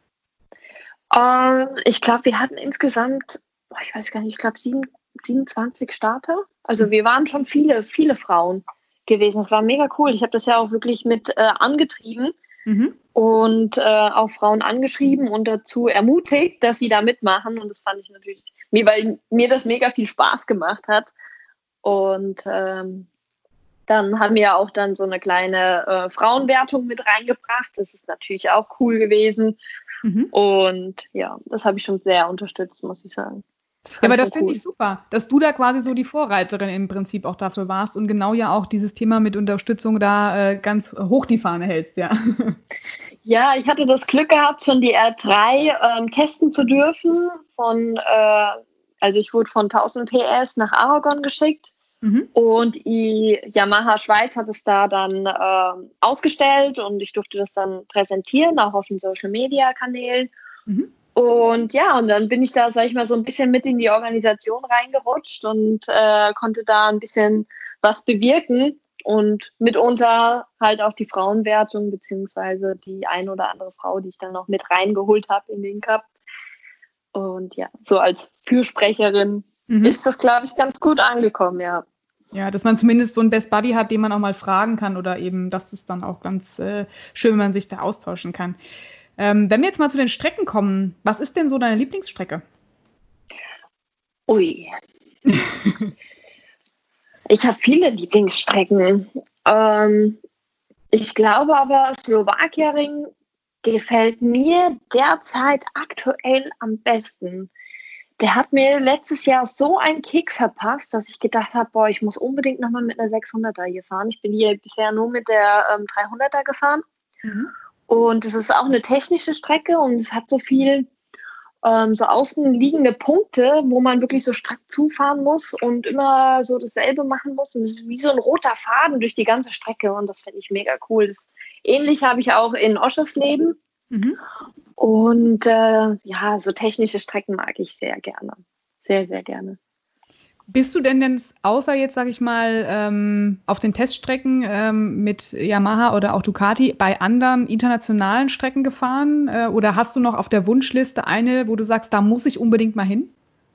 Ähm, ich glaube, wir hatten insgesamt, boah, ich weiß gar nicht, ich glaube siebenundzwanzig Starter. Also wir waren schon viele, viele Frauen gewesen. Das war mega cool. Ich habe das ja auch wirklich mit äh, angetrieben. Mhm. Und äh, auch Frauen angeschrieben und dazu ermutigt, dass sie da mitmachen. Und das fand ich natürlich, mir, weil mir das mega viel Spaß gemacht hat. Und ähm, dann haben wir auch dann so eine kleine äh, Frauenwertung mit reingebracht. Das ist natürlich auch cool gewesen. Mhm. Und ja, das habe ich schon sehr unterstützt, muss ich sagen. Ja, aber das finde ich super, dass du da quasi so die Vorreiterin im Prinzip auch dafür warst und genau ja auch dieses Thema mit Unterstützung da äh, ganz hoch die Fahne hältst, ja. Ja, ich hatte das Glück gehabt, schon die R drei ähm, testen zu dürfen. Von, äh, also ich wurde von tausend P S nach Aragon geschickt mhm. und die Yamaha Schweiz hat es da dann äh, ausgestellt und ich durfte das dann präsentieren, auch auf den Social-Media-Kanälen. Mhm. Und ja, und dann bin ich da, sag ich mal, so ein bisschen mit in die Organisation reingerutscht und äh, konnte da ein bisschen was bewirken und mitunter halt auch die Frauenwertung beziehungsweise die ein oder andere Frau, die ich dann noch mit reingeholt habe in den Cup. Und ja, so als Fürsprecherin mhm. ist das, glaube ich, ganz gut angekommen, ja. Ja, dass man zumindest so einen Best Buddy hat, den man auch mal fragen kann oder eben, das ist dann auch ganz äh, schön, wenn man sich da austauschen kann. Ähm, wenn wir jetzt mal zu den Strecken kommen, was ist denn so deine Lieblingsstrecke? Ui. Ich habe viele Lieblingsstrecken. Ähm, ich glaube aber, Slowakia-Ring gefällt mir derzeit aktuell am besten. Der hat mir letztes Jahr so einen Kick verpasst, dass ich gedacht habe, boah, ich muss unbedingt nochmal mit einer sechshunderter hier fahren. Ich bin hier bisher nur mit der ähm, dreihunderter gefahren. Mhm. Und es ist auch eine technische Strecke und es hat so viel ähm, so außen liegende Punkte, wo man wirklich so strack zufahren muss und immer so dasselbe machen muss. Und es ist wie so ein roter Faden durch die ganze Strecke und das finde ich mega cool. Das, ähnlich habe ich auch in Oschersleben. Mhm. Und äh, ja, so technische Strecken mag ich sehr gerne. Sehr, sehr gerne. Bist du denn denn außer jetzt, sage ich mal, ähm, auf den Teststrecken ähm, mit Yamaha oder auch Ducati bei anderen internationalen Strecken gefahren? Äh, oder hast du noch auf der Wunschliste eine, wo du sagst, da muss ich unbedingt mal hin?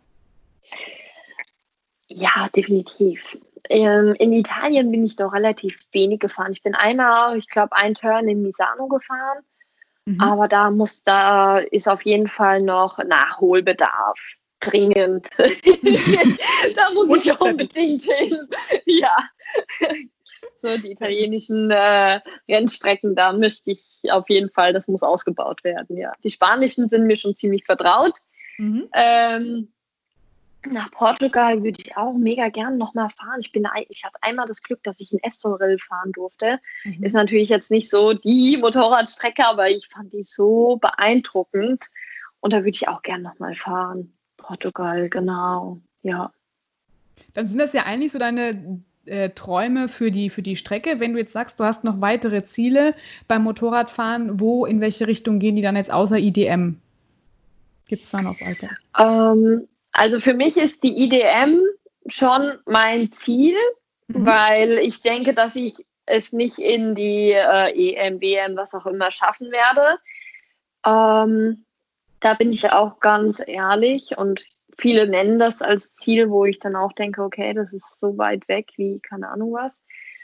Ja, definitiv. Ähm, in Italien bin ich doch relativ wenig gefahren. Ich bin einmal, ich glaube, einen Turn in Misano gefahren. Mhm. Aber da muss, da ist auf jeden Fall noch Nachholbedarf. Dringend. Da muss ich unbedingt hin. Ja. So, die italienischen äh, Rennstrecken, da möchte ich auf jeden Fall, das muss ausgebaut werden, ja. Die spanischen sind mir schon ziemlich vertraut. Mhm. Ähm, nach Portugal würde ich auch mega gern nochmal fahren. Ich, bin, ich hatte einmal das Glück, dass ich in Estoril fahren durfte. Mhm. Ist natürlich jetzt nicht so die Motorradstrecke, aber ich fand die so beeindruckend. Und da würde ich auch gern nochmal fahren. Portugal, genau, ja. Dann sind das ja eigentlich so deine äh, Träume für die, für die Strecke. Wenn du jetzt sagst, du hast noch weitere Ziele beim Motorradfahren, wo, in welche Richtung gehen die dann jetzt außer I D M? Gibt es da noch weiter? Ähm, also für mich ist die I D M schon mein Ziel, mhm. weil ich denke, dass ich es nicht in die äh, E M, W M, was auch immer schaffen werde. Ähm, Da bin ich auch ganz ehrlich und viele nennen das als Ziel, wo ich dann auch denke, okay, das ist so weit weg wie keine Ahnung was.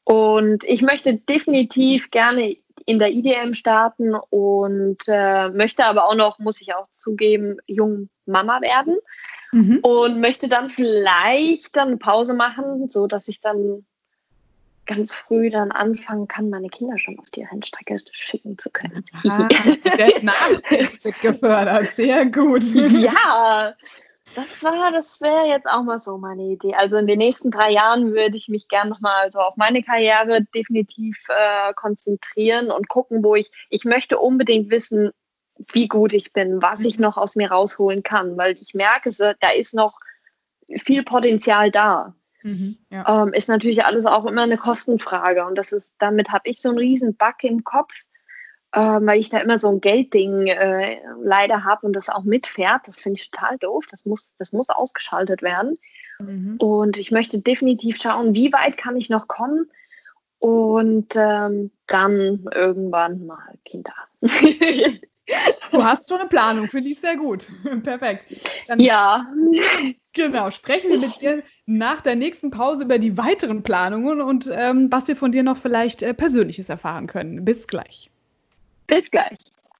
Und ich möchte definitiv gerne in der I D M starten und äh, möchte aber auch noch, muss ich auch zugeben, jung Mama werden. Mhm. Und möchte dann vielleicht dann eine Pause machen, so dass ich dann ganz früh dann anfangen kann, meine Kinder schon auf die Rennstrecke schicken zu können. Ah, der Nachwuchs wird gefördert, sehr gut. Ja, das war, das wäre jetzt auch mal so meine Idee. Also in den nächsten drei Jahren würde ich mich gerne nochmal so auf meine Karriere definitiv äh, konzentrieren und gucken, wo ich, ich möchte unbedingt wissen, wie gut ich bin, was ich noch aus mir rausholen kann, weil ich merke, da ist noch viel Potenzial da. Mhm, ja. ähm, ist natürlich alles auch immer eine Kostenfrage und das ist, damit habe ich so einen riesen Bug im Kopf, äh, weil ich da immer so ein Geldding äh, leider habe und das auch mitfährt. Das finde ich total doof. Das muss, das muss ausgeschaltet werden. Mhm. Und ich möchte definitiv schauen, wie weit kann ich noch kommen und ähm, dann irgendwann mal Kinder. Du hast schon eine Planung, finde ich sehr gut. Perfekt. Dann, ja. Genau, sprechen wir mit dir nach der nächsten Pause über die weiteren Planungen und ähm, was wir von dir noch vielleicht äh, Persönliches erfahren können. Bis gleich. Bis gleich.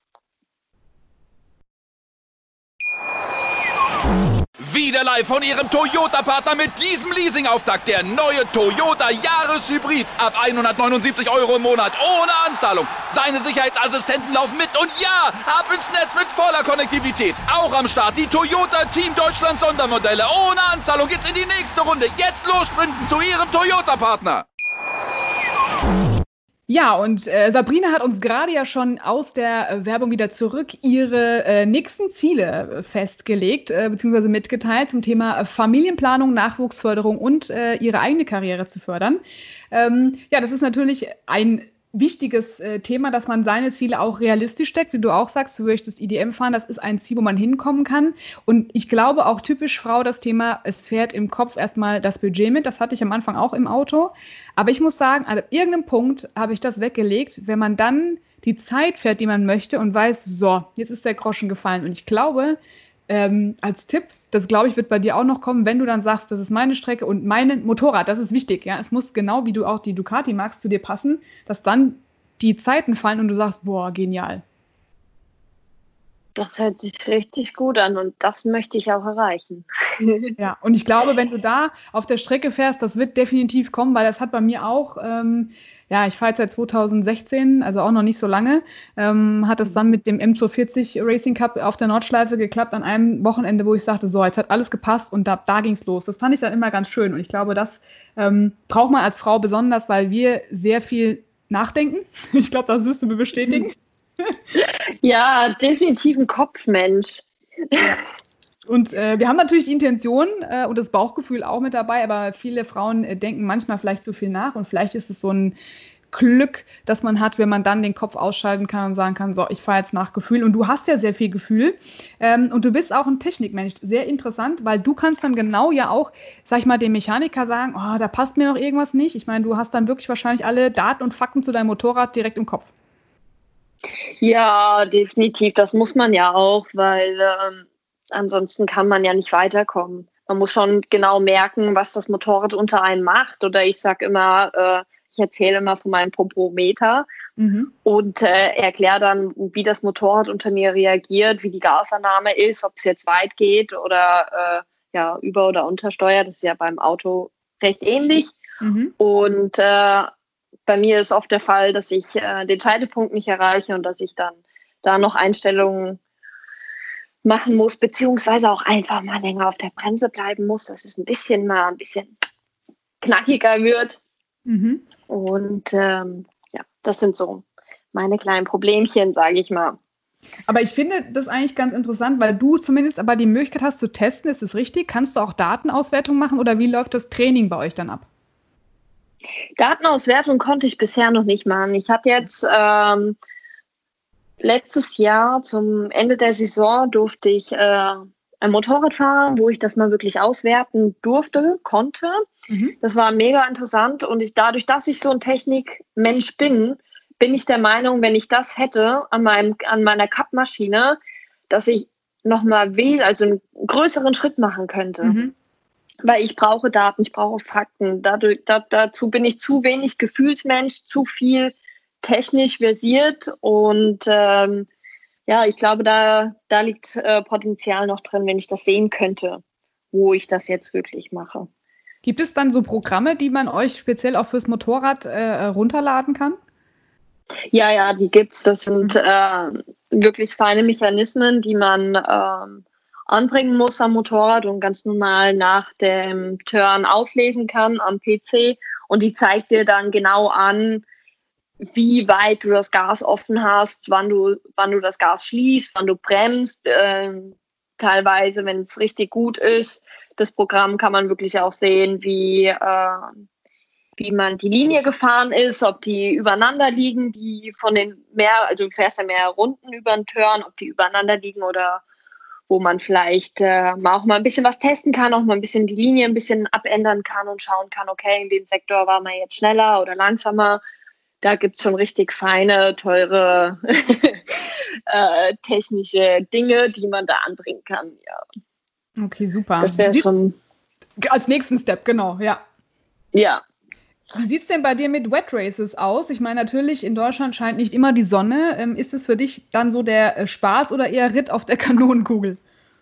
Wieder live von Ihrem Toyota-Partner mit diesem Leasing-Auftakt. Der neue Toyota Jahreshybrid. Ab hundertneunundsiebzig Euro im Monat. Ohne Anzahlung. Seine Sicherheitsassistenten laufen mit. Und ja, ab ins Netz mit voller Konnektivität. Auch am Start die Toyota Team Deutschland Sondermodelle. Ohne Anzahlung geht's in die nächste Runde. Jetzt los sprinten zu Ihrem Toyota-Partner. Ja, und äh, Sabrina hat uns gerade ja schon aus der äh, Werbung wieder zurück ihre äh, nächsten Ziele festgelegt, äh, beziehungsweise mitgeteilt zum Thema Familienplanung, Nachwuchsförderung und äh, ihre eigene Karriere zu fördern. Ähm, ja, das ist natürlich ein wichtiges äh, Thema, dass man seine Ziele auch realistisch steckt, wie du auch sagst, du möchtest I D M fahren, das ist ein Ziel, wo man hinkommen kann. Und ich glaube auch typisch Frau das Thema, es fährt im Kopf erstmal das Budget mit, das hatte ich am Anfang auch im Auto. Aber ich muss sagen, ab irgendeinem Punkt habe ich das weggelegt, wenn man dann die Zeit fährt, die man möchte und weiß, so, jetzt ist der Groschen gefallen. Und ich glaube, ähm, als Tipp, das glaube ich, wird bei dir auch noch kommen, wenn du dann sagst, das ist meine Strecke und mein Motorrad, das ist wichtig, ja. Es muss genau, wie du auch die Ducati magst, zu dir passen, dass dann die Zeiten fallen und du sagst, boah, genial. Das hört sich richtig gut an und das möchte ich auch erreichen. Ja, und ich glaube, wenn du da auf der Strecke fährst, das wird definitiv kommen, weil das hat bei mir auch, ähm, ja, ich fahre jetzt seit zweitausendsechzehn, also auch noch nicht so lange, ähm, hat es dann mit dem M zweihundertvierzig Racing Cup auf der Nordschleife geklappt an einem Wochenende, wo ich sagte, so, jetzt hat alles gepasst und da, da ging es los. Das fand ich dann immer ganz schön und ich glaube, das ähm, braucht man als Frau besonders, weil wir sehr viel nachdenken. Ich glaube, das wirst du mir bestätigen. Ja, definitiv ein Kopfmensch. Ja. Und äh, wir haben natürlich die Intention äh, und das Bauchgefühl auch mit dabei, aber viele Frauen äh, denken manchmal vielleicht zu viel nach und vielleicht ist es so ein Glück, das man hat, wenn man dann den Kopf ausschalten kann und sagen kann, so, ich fahre jetzt nach Gefühl. Und du hast ja sehr viel Gefühl ähm, und du bist auch ein Technikmensch. Sehr interessant, weil du kannst dann genau ja auch, sag ich mal, dem Mechaniker sagen, oh, da passt mir noch irgendwas nicht. Ich meine, du hast dann wirklich wahrscheinlich alle Daten und Fakten zu deinem Motorrad direkt im Kopf. Ja, definitiv. Das muss man ja auch, weil ähm, ansonsten kann man ja nicht weiterkommen. Man muss schon genau merken, was das Motorrad unter einem macht. Oder ich sage immer, äh, ich erzähle immer von meinem Propometer mhm. und äh, erkläre dann, wie das Motorrad unter mir reagiert, wie die Gasannahme ist, ob es jetzt weit geht oder äh, ja, Über- oder Untersteuer. Das ist ja beim Auto recht ähnlich. Mhm. Und äh, bei mir ist oft der Fall, dass ich äh, den Scheidepunkt nicht erreiche und dass ich dann da noch Einstellungen machen muss, beziehungsweise auch einfach mal länger auf der Bremse bleiben muss, dass es ein bisschen mal ein bisschen knackiger wird. Mhm. Und ähm, ja, das sind so meine kleinen Problemchen, sage ich mal. Aber ich finde das eigentlich ganz interessant, weil du zumindest aber die Möglichkeit hast zu testen, ist das richtig? Kannst du auch Datenauswertung machen oder wie läuft das Training bei euch dann ab? Datenauswertung konnte ich bisher noch nicht machen. Ich hatte jetzt ähm, letztes Jahr zum Ende der Saison durfte ich äh, ein Motorrad fahren, wo ich das mal wirklich auswerten durfte, konnte. Mhm. Das war mega interessant und ich, dadurch, dass ich so ein Technikmensch bin, bin ich der Meinung, wenn ich das hätte an, meinem, an meiner Cup-Maschine, dass ich nochmal wähl, also einen größeren Schritt machen könnte. Mhm. weil ich brauche Daten, ich brauche Fakten. Dadurch, da, dazu bin ich zu wenig Gefühlsmensch, zu viel technisch versiert und ähm, ja, ich glaube, da, da liegt äh, Potenzial noch drin, wenn ich das sehen könnte, wo ich das jetzt wirklich mache. Gibt es dann so Programme, die man euch speziell auch fürs Motorrad äh, runterladen kann? Ja, ja, die gibt's. Das sind äh, wirklich feine Mechanismen, die man äh, anbringen muss am Motorrad und ganz normal nach dem Turn auslesen kann am P C. Und die zeigt dir dann genau an, wie weit du das Gas offen hast, wann du, wann du das Gas schließt, wann du bremst. Äh, teilweise, wenn es richtig gut ist, das Programm kann man wirklich auch sehen, wie, äh, wie man die Linie gefahren ist, ob die übereinander liegen, die von den mehr, also du fährst ja mehr Runden über den Turn, ob die übereinander liegen oder wo man vielleicht äh, auch mal ein bisschen was testen kann, auch mal ein bisschen die Linie ein bisschen abändern kann und schauen kann, okay, in dem Sektor war man jetzt schneller oder langsamer. Da gibt es schon richtig feine, teure äh, technische Dinge, die man da anbringen kann. Ja. Okay, super. Das wäre schon... Als nächsten Step, genau, ja. Ja. Wie sieht es denn bei dir mit Wet Races aus? Ich meine, natürlich, in Deutschland scheint nicht immer die Sonne. Ähm, ist es für dich dann so der äh, Spaß oder eher Ritt auf der Kanonenkugel?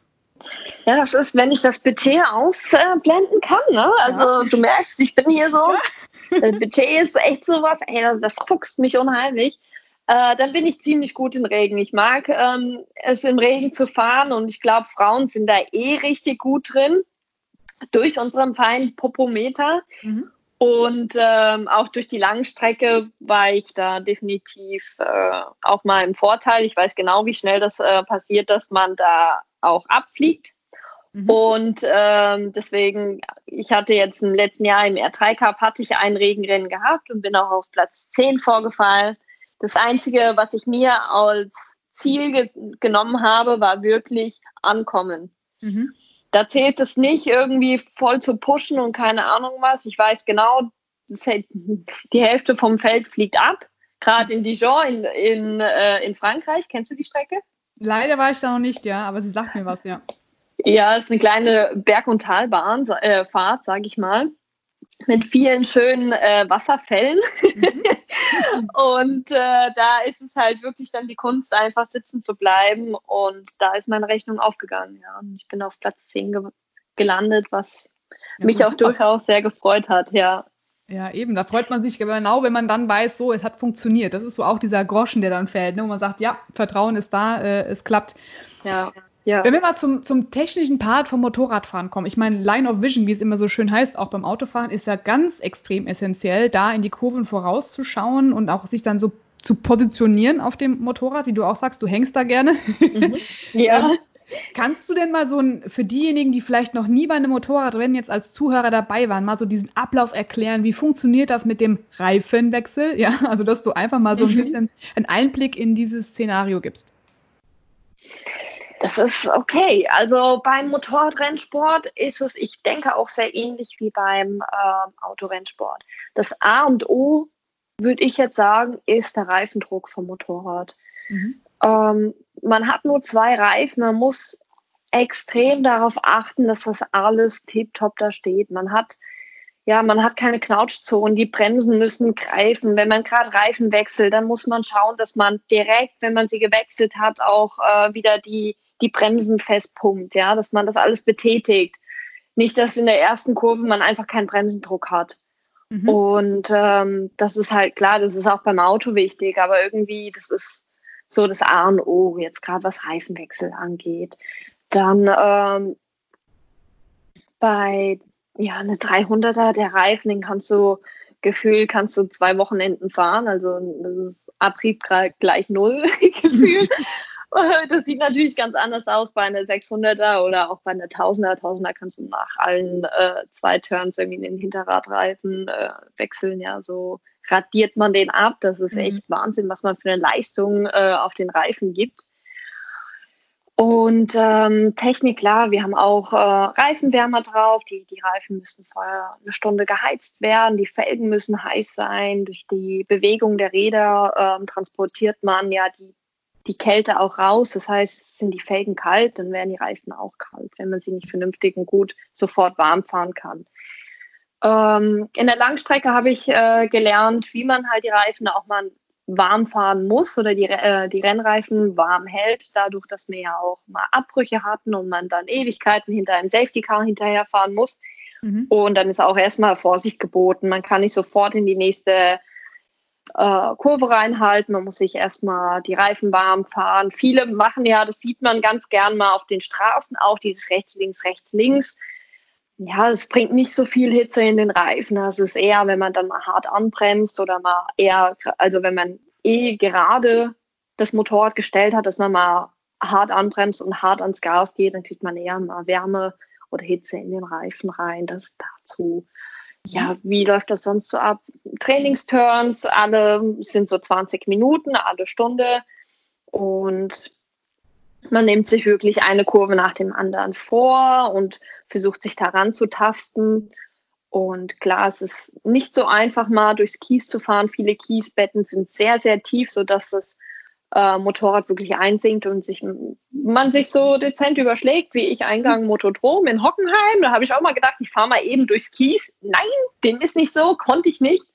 Ja, das ist, wenn ich das Budget ausblenden kann. Ne? Also ja. Du merkst, ich bin hier so. Das Budget ist echt sowas, ey, das, das fuchst mich unheimlich. Äh, dann bin ich ziemlich gut im Regen. Ich mag ähm, es im Regen zu fahren und ich glaube, Frauen sind da eh richtig gut drin durch unseren feinen Popometer. Mhm. Und ähm, auch durch die Langstrecke war ich da definitiv äh, auch mal im Vorteil. Ich weiß genau, wie schnell das äh, passiert, dass man da auch abfliegt. Mhm. Und ähm, deswegen, ich hatte jetzt im letzten Jahr im R drei Cup hatte ich ein Regenrennen gehabt und bin auch auf Platz zehn vorgefallen. Das Einzige, was ich mir als Ziel ge- genommen habe, war wirklich ankommen. Mhm. Da zählt es nicht, irgendwie voll zu pushen und keine Ahnung was. Ich weiß genau, das hält, die Hälfte vom Feld fliegt ab. Gerade in Dijon in, in, äh, in Frankreich. Kennst du die Strecke? Leider war ich da noch nicht, ja, aber sie sagt mir was, ja. Ja, es ist eine kleine Berg- und Talbahn, äh, Fahrt, sage ich mal, mit vielen schönen äh, Wasserfällen. Mhm. Und äh, da ist es halt wirklich dann die Kunst, einfach sitzen zu bleiben. Und da ist meine Rechnung aufgegangen. Ja. Und ich bin auf Platz zehn ge- gelandet, was ja, mich auch super. Durchaus sehr gefreut hat. Ja. Ja, eben, da freut man sich genau, wenn man dann weiß, so, es hat funktioniert. Das ist so auch dieser Groschen, der dann fällt, ne? Wo man sagt, ja, Vertrauen ist da, äh, es klappt. Ja. Ja. Wenn wir mal zum, zum technischen Part vom Motorradfahren kommen, ich meine, Line of Vision, wie es immer so schön heißt, auch beim Autofahren, ist ja ganz extrem essentiell, da in die Kurven vorauszuschauen und auch sich dann so zu positionieren auf dem Motorrad, wie du auch sagst, du hängst da gerne. Mhm. Ja. ähm, kannst du denn mal so ein, für diejenigen, die vielleicht noch nie bei einem Motorradrennen jetzt als Zuhörer dabei waren, mal so diesen Ablauf erklären, wie funktioniert das mit dem Reifenwechsel? Ja, also dass du einfach mal so ein mhm. bisschen einen Einblick in dieses Szenario gibst. Das ist okay. Also beim Motorradrennsport ist es, ich denke, auch sehr ähnlich wie beim äh, Autorennsport. Das A und O, würde ich jetzt sagen, ist der Reifendruck vom Motorrad. Mhm. Ähm, man hat nur zwei Reifen, man muss extrem darauf achten, dass das alles tiptop da steht. Man hat Ja, man hat keine Knautschzonen, die Bremsen müssen greifen. Wenn man gerade Reifen wechselt, dann muss man schauen, dass man direkt, wenn man sie gewechselt hat, auch äh, wieder die, die Bremsen festpumpt, ja, dass man das alles betätigt. Nicht, dass in der ersten Kurve man einfach keinen Bremsendruck hat. Mhm. Und ähm, das ist halt klar, das ist auch beim Auto wichtig, aber irgendwie, das ist so das A und O, jetzt gerade was Reifenwechsel angeht. Dann ähm, bei Ja, eine dreihunderter, der Reifen, den kannst du, gefühlt kannst du zwei Wochenenden fahren, also das ist Abrieb gleich null, gefühlt. Das sieht natürlich ganz anders aus bei einer sechshunderter oder auch bei einer tausender. Tausender kannst du nach allen äh, zwei Turns irgendwie den Hinterradreifen äh, wechseln, ja, so radiert man den ab, das ist echt mhm. Wahnsinn, was man für eine Leistung äh, auf den Reifen gibt. Und ähm, Technik, klar, wir haben auch äh, Reifenwärmer drauf. Die, die Reifen müssen vorher eine Stunde geheizt werden. Die Felgen müssen heiß sein. Durch die Bewegung der Räder ähm, transportiert man ja die, die Kälte auch raus. Das heißt, sind die Felgen kalt, dann werden die Reifen auch kalt, wenn man sie nicht vernünftig und gut sofort warm fahren kann. Ähm, in der Langstrecke habe ich äh, gelernt, wie man halt die Reifen auch mal warm fahren muss oder die, äh, die Rennreifen warm hält, dadurch, dass wir ja auch mal Abbrüche hatten und man dann Ewigkeiten hinter einem Safety Car hinterherfahren muss. Mhm. Und dann ist auch erstmal Vorsicht geboten. Man kann nicht sofort in die nächste äh, Kurve reinhalten. Man muss sich erstmal die Reifen warm fahren. Viele machen ja, das sieht man ganz gern mal auf den Straßen, auch dieses rechts, links, rechts, links. Ja, es bringt nicht so viel Hitze in den Reifen. Das ist eher, wenn man dann mal hart anbremst oder mal eher, also wenn man eh gerade das Motorrad gestellt hat, dass man mal hart anbremst und hart ans Gas geht, dann kriegt man eher mal Wärme oder Hitze in den Reifen rein. Das dazu. Ja, wie läuft das sonst so ab? Trainingsturns, alle sind so zwanzig Minuten, alle Stunde. Und man nimmt sich wirklich eine Kurve nach dem anderen vor und versucht sich daran zu tasten. Und klar, es ist nicht so einfach, mal durchs Kies zu fahren. Viele Kiesbetten sind sehr, sehr tief, sodass das äh, Motorrad wirklich einsinkt und sich, man sich so dezent überschlägt, wie ich Eingang Motodrom in Hockenheim. Da habe ich auch mal gedacht, ich fahre mal eben durchs Kies. Nein, dem ist nicht so, konnte ich nicht.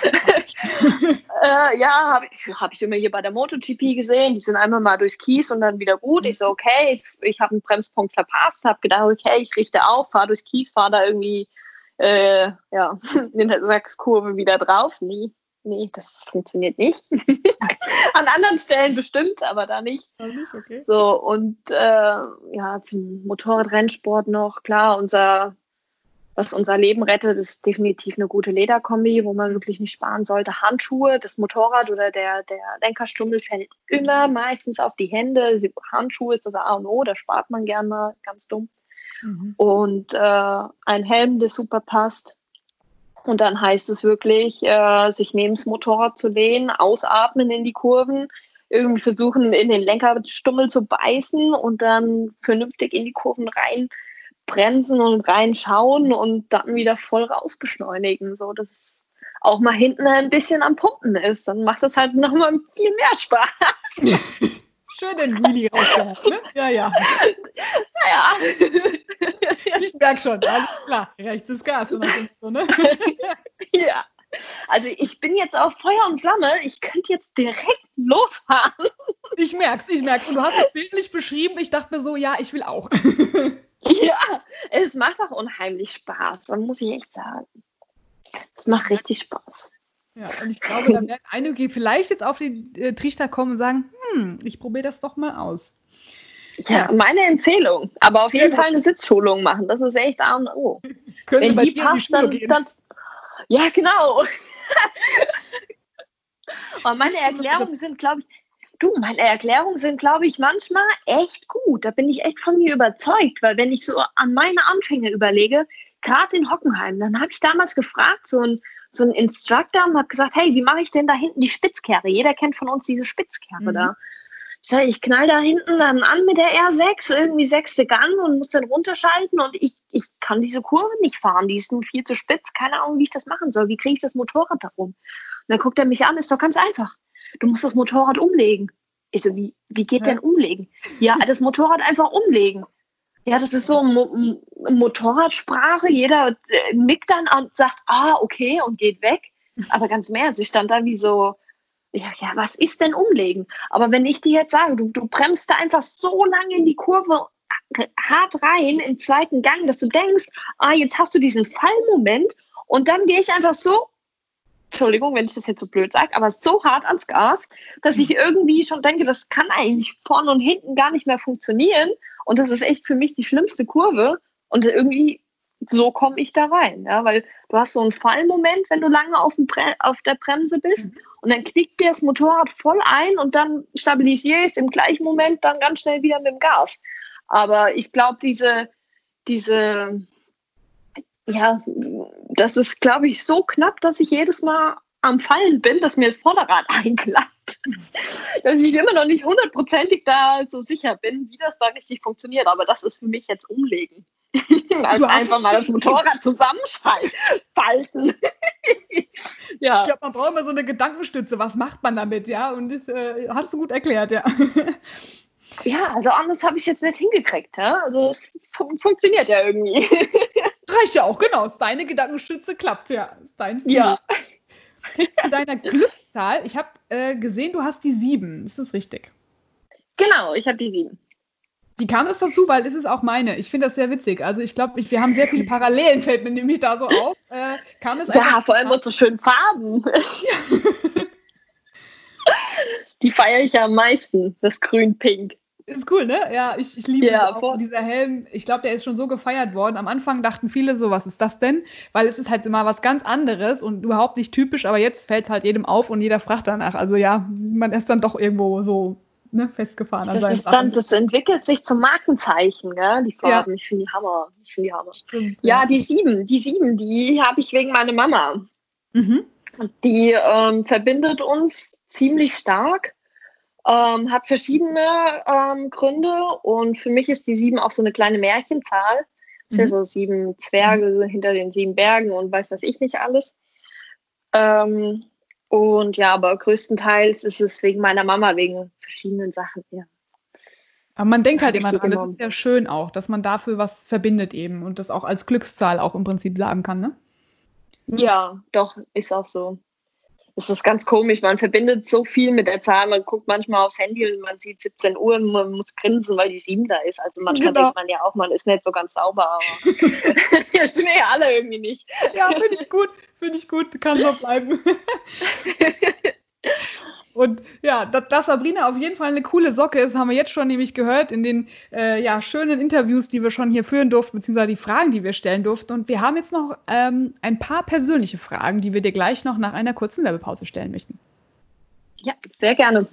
äh, ja, habe ich, hab ich immer hier bei der MotoGP gesehen. Die sind einmal mal durchs Kies und dann wieder gut. Ich so, okay, ich, ich habe einen Bremspunkt verpasst, habe gedacht, okay, ich richte auf, fahre durchs Kies, fahre da irgendwie äh, ja, in der Sachskurve wieder drauf. Nee. Nee, das funktioniert nicht. An anderen Stellen bestimmt, aber da nicht. nicht okay. So, und äh, ja, zum Motorradrennsport noch, klar, unser, was unser Leben rettet, ist definitiv eine gute Lederkombi, wo man wirklich nicht sparen sollte. Handschuhe, das Motorrad oder der, der Lenkerstummel fällt immer meistens auf die Hände. Handschuhe ist das A und O, da spart man gern mal, ganz dumm. Mhm. Und äh, ein Helm, der super passt. Und dann heißt es wirklich, äh, sich neben das Motorrad zu lehnen, ausatmen in die Kurven, irgendwie versuchen, in den Lenkerstummel zu beißen und dann vernünftig in die Kurven rein bremsen und reinschauen und dann wieder voll raus beschleunigen, so dass es auch mal hinten ein bisschen am Pumpen ist. Dann macht es halt nochmal viel mehr Spaß. Schön den Wheelie rausgehabt, ne? Ja, ja. Naja. Ich merke schon, alles klar, rechts ist Gas. Und so, ne? Ja, also ich bin jetzt auf Feuer und Flamme. Ich könnte jetzt direkt losfahren. Ich merke es, ich merke es. Und du hast es bildlich beschrieben. Ich dachte mir so, ja, ich will auch. Ja, es macht auch unheimlich Spaß. Das muss ich echt sagen. Es macht richtig Spaß. Ja, und ich glaube, dann werden einige vielleicht jetzt auf den äh, Trichter kommen und sagen, hm, ich probiere das doch mal aus. Ja, meine Empfehlung. Aber auf jeden ja, Fall eine Sitzschulung machen. Das ist echt A und O. Wenn die passt, dann, dann... Ja, genau. Aber meine Erklärungen sind, glaube ich... Du, meine Erklärungen sind, glaube ich, manchmal echt gut. Da bin ich echt von mir überzeugt. Weil wenn ich so an meine Anfänge überlege, gerade in Hockenheim, dann habe ich damals gefragt, so ein so ein Instructor und habe gesagt, hey, wie mache ich denn da hinten die Spitzkehre? Jeder kennt von uns diese Spitzkehre mhm. da. Ich sage, ich knall da hinten dann an mit der R sechs, irgendwie sechste Gang und muss dann runterschalten und ich, ich kann diese Kurve nicht fahren, die ist viel zu spitz, keine Ahnung, wie ich das machen soll. Wie kriege ich das Motorrad da rum? Und dann guckt er mich an, ist doch ganz einfach. Du musst das Motorrad umlegen. Ich so, wie, wie geht ja. denn umlegen? Ja, das Motorrad einfach umlegen. Ja, das ist so Mo- Motorradsprache. Jeder äh, nickt dann und sagt, ah, okay, und geht weg. Aber ganz im Ernst, ich stand da wie so, ja, ja, was ist denn umlegen? Aber wenn ich dir jetzt sage, du, du bremst da einfach so lange in die Kurve hart rein, im zweiten Gang, dass du denkst, ah, jetzt hast du diesen Fallmoment und dann gehe ich einfach so, Entschuldigung, wenn ich das jetzt so blöd sage, aber so hart ans Gas, dass ich irgendwie schon denke, das kann eigentlich vorne und hinten gar nicht mehr funktionieren. Und das ist echt für mich die schlimmste Kurve. Und irgendwie, so komme ich da rein. Ja? Weil du hast so einen Fallmoment, wenn du lange auf, dem Bre- auf der Bremse bist. Mhm. Und dann knickt dir das Motorrad voll ein und dann stabilisierst im gleichen Moment dann ganz schnell wieder mit dem Gas. Aber ich glaube, diese, diese, ja, das ist, glaube ich, so knapp, dass ich jedes Mal am Fallen bin, dass mir das Vorderrad einklappt. Dass ich immer noch nicht hundertprozentig da so sicher bin, wie das da richtig funktioniert. Aber das ist für mich jetzt Umlegen. als einfach mal das Motorrad zusammenfalten. Ja. Ich glaube, man braucht immer so eine Gedankenstütze. Was macht man damit, ja? Und das äh, hast du gut erklärt, ja. Ja, also anders habe ich es jetzt nicht hingekriegt. Ja? Also es fun- funktioniert ja irgendwie. Reicht ja auch, genau. Deine Gedankenstütze klappt, ja. Dein Stil. Ja. Zu deiner Glückszahl, ich habe äh, gesehen, du hast die sieben. Ist das richtig? Genau, ich habe die sieben. Wie kam es dazu? Weil es ist auch meine. Ich finde das sehr witzig. Also ich glaube, wir haben sehr viele Parallelen, fällt mir nämlich da so auf. Äh, kam es Ja, vor allem mit so schönen Farben. Ja. Die feiere ich ja am meisten, das Grün-Pink. Ist cool, ne? Ja, ich, ich liebe ja, das auch. Dieser Helm, ich glaube, der ist schon so gefeiert worden. Am Anfang dachten viele so, was ist das denn? Weil es ist halt immer was ganz anderes und überhaupt nicht typisch, aber jetzt fällt es halt jedem auf und jeder fragt danach. Also ja, man ist dann doch irgendwo so ne, festgefahren an das seinen ist dann, Das entwickelt sich zum Markenzeichen, gell? Die Farben. Ja. Ich finde die Hammer. Ich finde die Hammer. Stimmt, ja, ja, die sieben, die sieben, die habe ich wegen meiner Mama. Mhm. Die ähm, verbindet uns ziemlich stark. Ähm, hat verschiedene ähm, Gründe und für mich ist die sieben auch so eine kleine Märchenzahl. Das ist mhm. ja so sieben Zwerge mhm. hinter den sieben Bergen und weiß was ich nicht alles. Ähm, und ja, aber größtenteils ist es wegen meiner Mama, wegen verschiedenen Sachen. Ja. Aber man denkt halt immer dran, das ist ja schön auch, dass man dafür was verbindet eben und das auch als Glückszahl auch im Prinzip sagen kann, ne? Ja, doch, ist auch so. Das ist ganz komisch, man verbindet so viel mit der Zahl, man guckt manchmal aufs Handy und man sieht siebzehn Uhr und man muss grinsen, weil die sieben da ist. Also manchmal genau. denkt man ja auch, man ist nicht so ganz sauber, aber jetzt sind wir ja alle irgendwie nicht. Ja, finde ich gut, finde ich gut, kann so bleiben. Und ja, dass, dass Sabrina auf jeden Fall eine coole Socke ist, haben wir jetzt schon nämlich gehört in den äh, ja, schönen Interviews, die wir schon hier führen durften, beziehungsweise die Fragen, die wir stellen durften. Und wir haben jetzt noch ähm, ein paar persönliche Fragen, die wir dir gleich noch nach einer kurzen Werbepause stellen möchten. Ja, sehr gerne.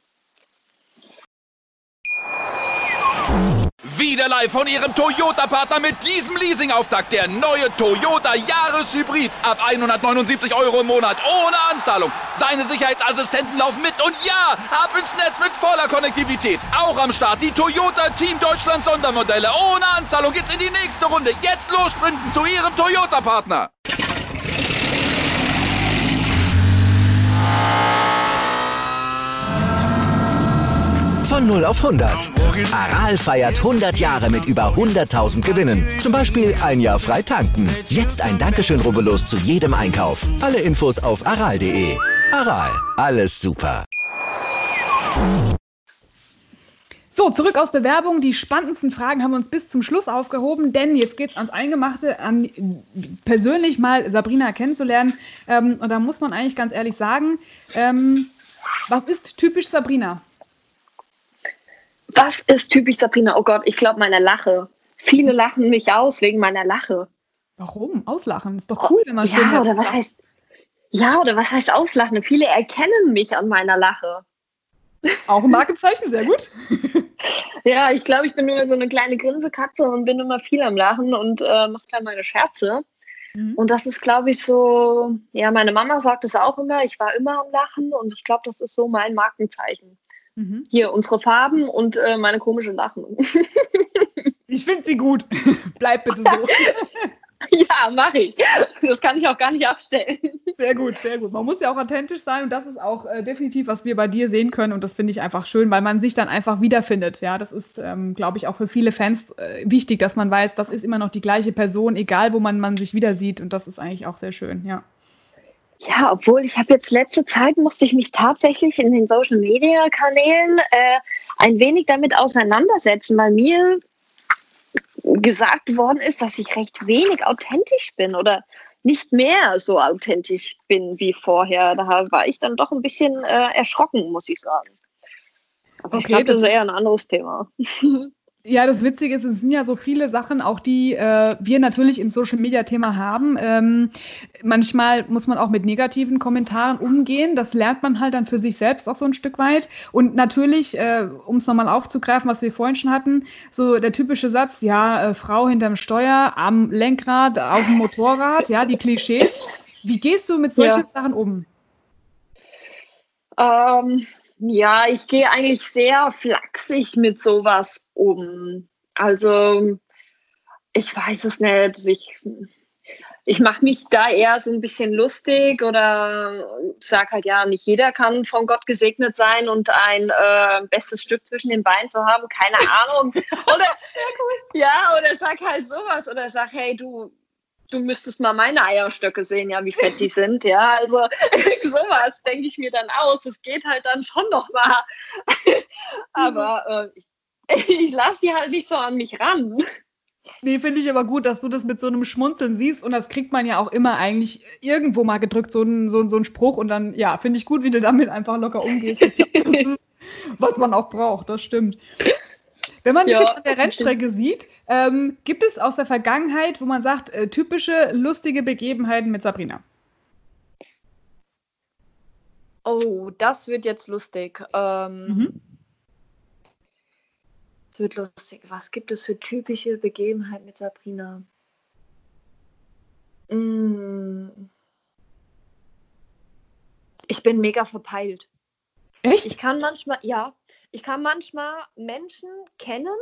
Wieder live von Ihrem Toyota-Partner mit diesem Leasing-Auftakt. Der neue Toyota Jahreshybrid. Ab hundertneunundsiebzig Euro im Monat. Ohne Anzahlung. Seine Sicherheitsassistenten laufen mit. Und ja, ab ins Netz mit voller Konnektivität. Auch am Start die Toyota Team Deutschland Sondermodelle. Ohne Anzahlung geht's in die nächste Runde. Jetzt los sprinten zu Ihrem Toyota-Partner. Von null auf hundert. Aral feiert hundert Jahre mit über hunderttausend Gewinnen. Zum Beispiel ein Jahr frei tanken. Jetzt ein Dankeschön, rubbellos zu jedem Einkauf. Alle Infos auf aral punkt de. Aral, alles super. So, zurück aus der Werbung. Die spannendsten Fragen haben wir uns bis zum Schluss aufgehoben, denn jetzt geht es ans Eingemachte, an persönlich mal Sabrina kennenzulernen. Ähm, und da muss man eigentlich ganz ehrlich sagen, ähm, was ist typisch Sabrina? Was ist typisch Sabrina? Oh Gott, ich glaube meine Lache. Viele lachen mich aus wegen meiner Lache. Warum? Auslachen? Ist doch cool, wenn man ja, schön oder was heißt Ja, oder was heißt auslachen? Viele erkennen mich an meiner Lache. Auch ein Markenzeichen, sehr gut. Ja, ich glaube, ich bin nur so eine kleine Grinsekatze und bin immer viel am Lachen und äh, mache dann meine Scherze. Mhm. Und das ist, glaube ich, so, ja, meine Mama sagt es auch immer, ich war immer am Lachen und ich glaube, das ist so mein Markenzeichen. Mhm. Hier, unsere Farben und äh, meine komische Lachen. Ich finde sie gut. Bleib bitte so. Ja, mache ich. Das kann ich auch gar nicht abstellen. Sehr gut, sehr gut. Man muss ja auch authentisch sein und das ist auch äh, definitiv, was wir bei dir sehen können und das finde ich einfach schön, weil man sich dann einfach wiederfindet. Ja, das ist, ähm, glaube ich, auch für viele Fans äh, wichtig, dass man weiß, das ist immer noch die gleiche Person, egal wo man, man sich wieder sieht und das ist eigentlich auch sehr schön, ja. Ja, obwohl ich habe jetzt letzte Zeit, musste ich mich tatsächlich in den Social-Media-Kanälen äh, ein wenig damit auseinandersetzen, weil mir gesagt worden ist, dass ich recht wenig authentisch bin oder nicht mehr so authentisch bin wie vorher. Da war ich dann doch ein bisschen äh, erschrocken, muss ich sagen. Aber okay, ich glaube, das ist eher ein anderes Thema. Ja, das Witzige ist, es sind ja so viele Sachen, auch die äh, wir natürlich im Social-Media-Thema haben. Ähm, manchmal muss man auch mit negativen Kommentaren umgehen. Das lernt man halt dann für sich selbst auch so ein Stück weit. Und natürlich, äh, um es nochmal aufzugreifen, was wir vorhin schon hatten, so der typische Satz, ja, äh, Frau hinterm Steuer, am Lenkrad, auf dem Motorrad, ja, die Klischees. Wie gehst du mit solchen ja. Sachen um? Ähm... Ja, ich gehe eigentlich sehr flachsig mit sowas um. Also ich weiß es nicht. Ich, ich mache mich da eher so ein bisschen lustig oder sage halt, ja, nicht jeder kann von Gott gesegnet sein und ein äh, bestes Stück zwischen den Beinen zu haben, keine Ahnung. Oder, ja, oder sag halt sowas oder sag, hey, du, du müsstest mal meine Eierstöcke sehen, ja, wie fett die sind, ja, also sowas denke ich mir dann aus. Es geht halt dann schon noch mal. Aber äh, ich, ich lasse die halt nicht so an mich ran. Nee, finde ich aber gut, dass du das mit so einem Schmunzeln siehst und das kriegt man ja auch immer eigentlich irgendwo mal gedrückt, so ein, so, so ein Spruch und dann, ja, finde ich gut, wie du damit einfach locker umgehst. Was man auch braucht, das stimmt. Wenn man dich ja. jetzt an der Rennstrecke sieht, ähm, gibt es aus der Vergangenheit, wo man sagt, äh, typische lustige Begebenheiten mit Sabrina? Oh, das wird jetzt lustig. Ähm, mhm. Das wird lustig. Was gibt es für typische Begebenheiten mit Sabrina? Mm. Ich bin mega verpeilt. Echt? Ich kann manchmal, ja, ich kann manchmal Menschen kennen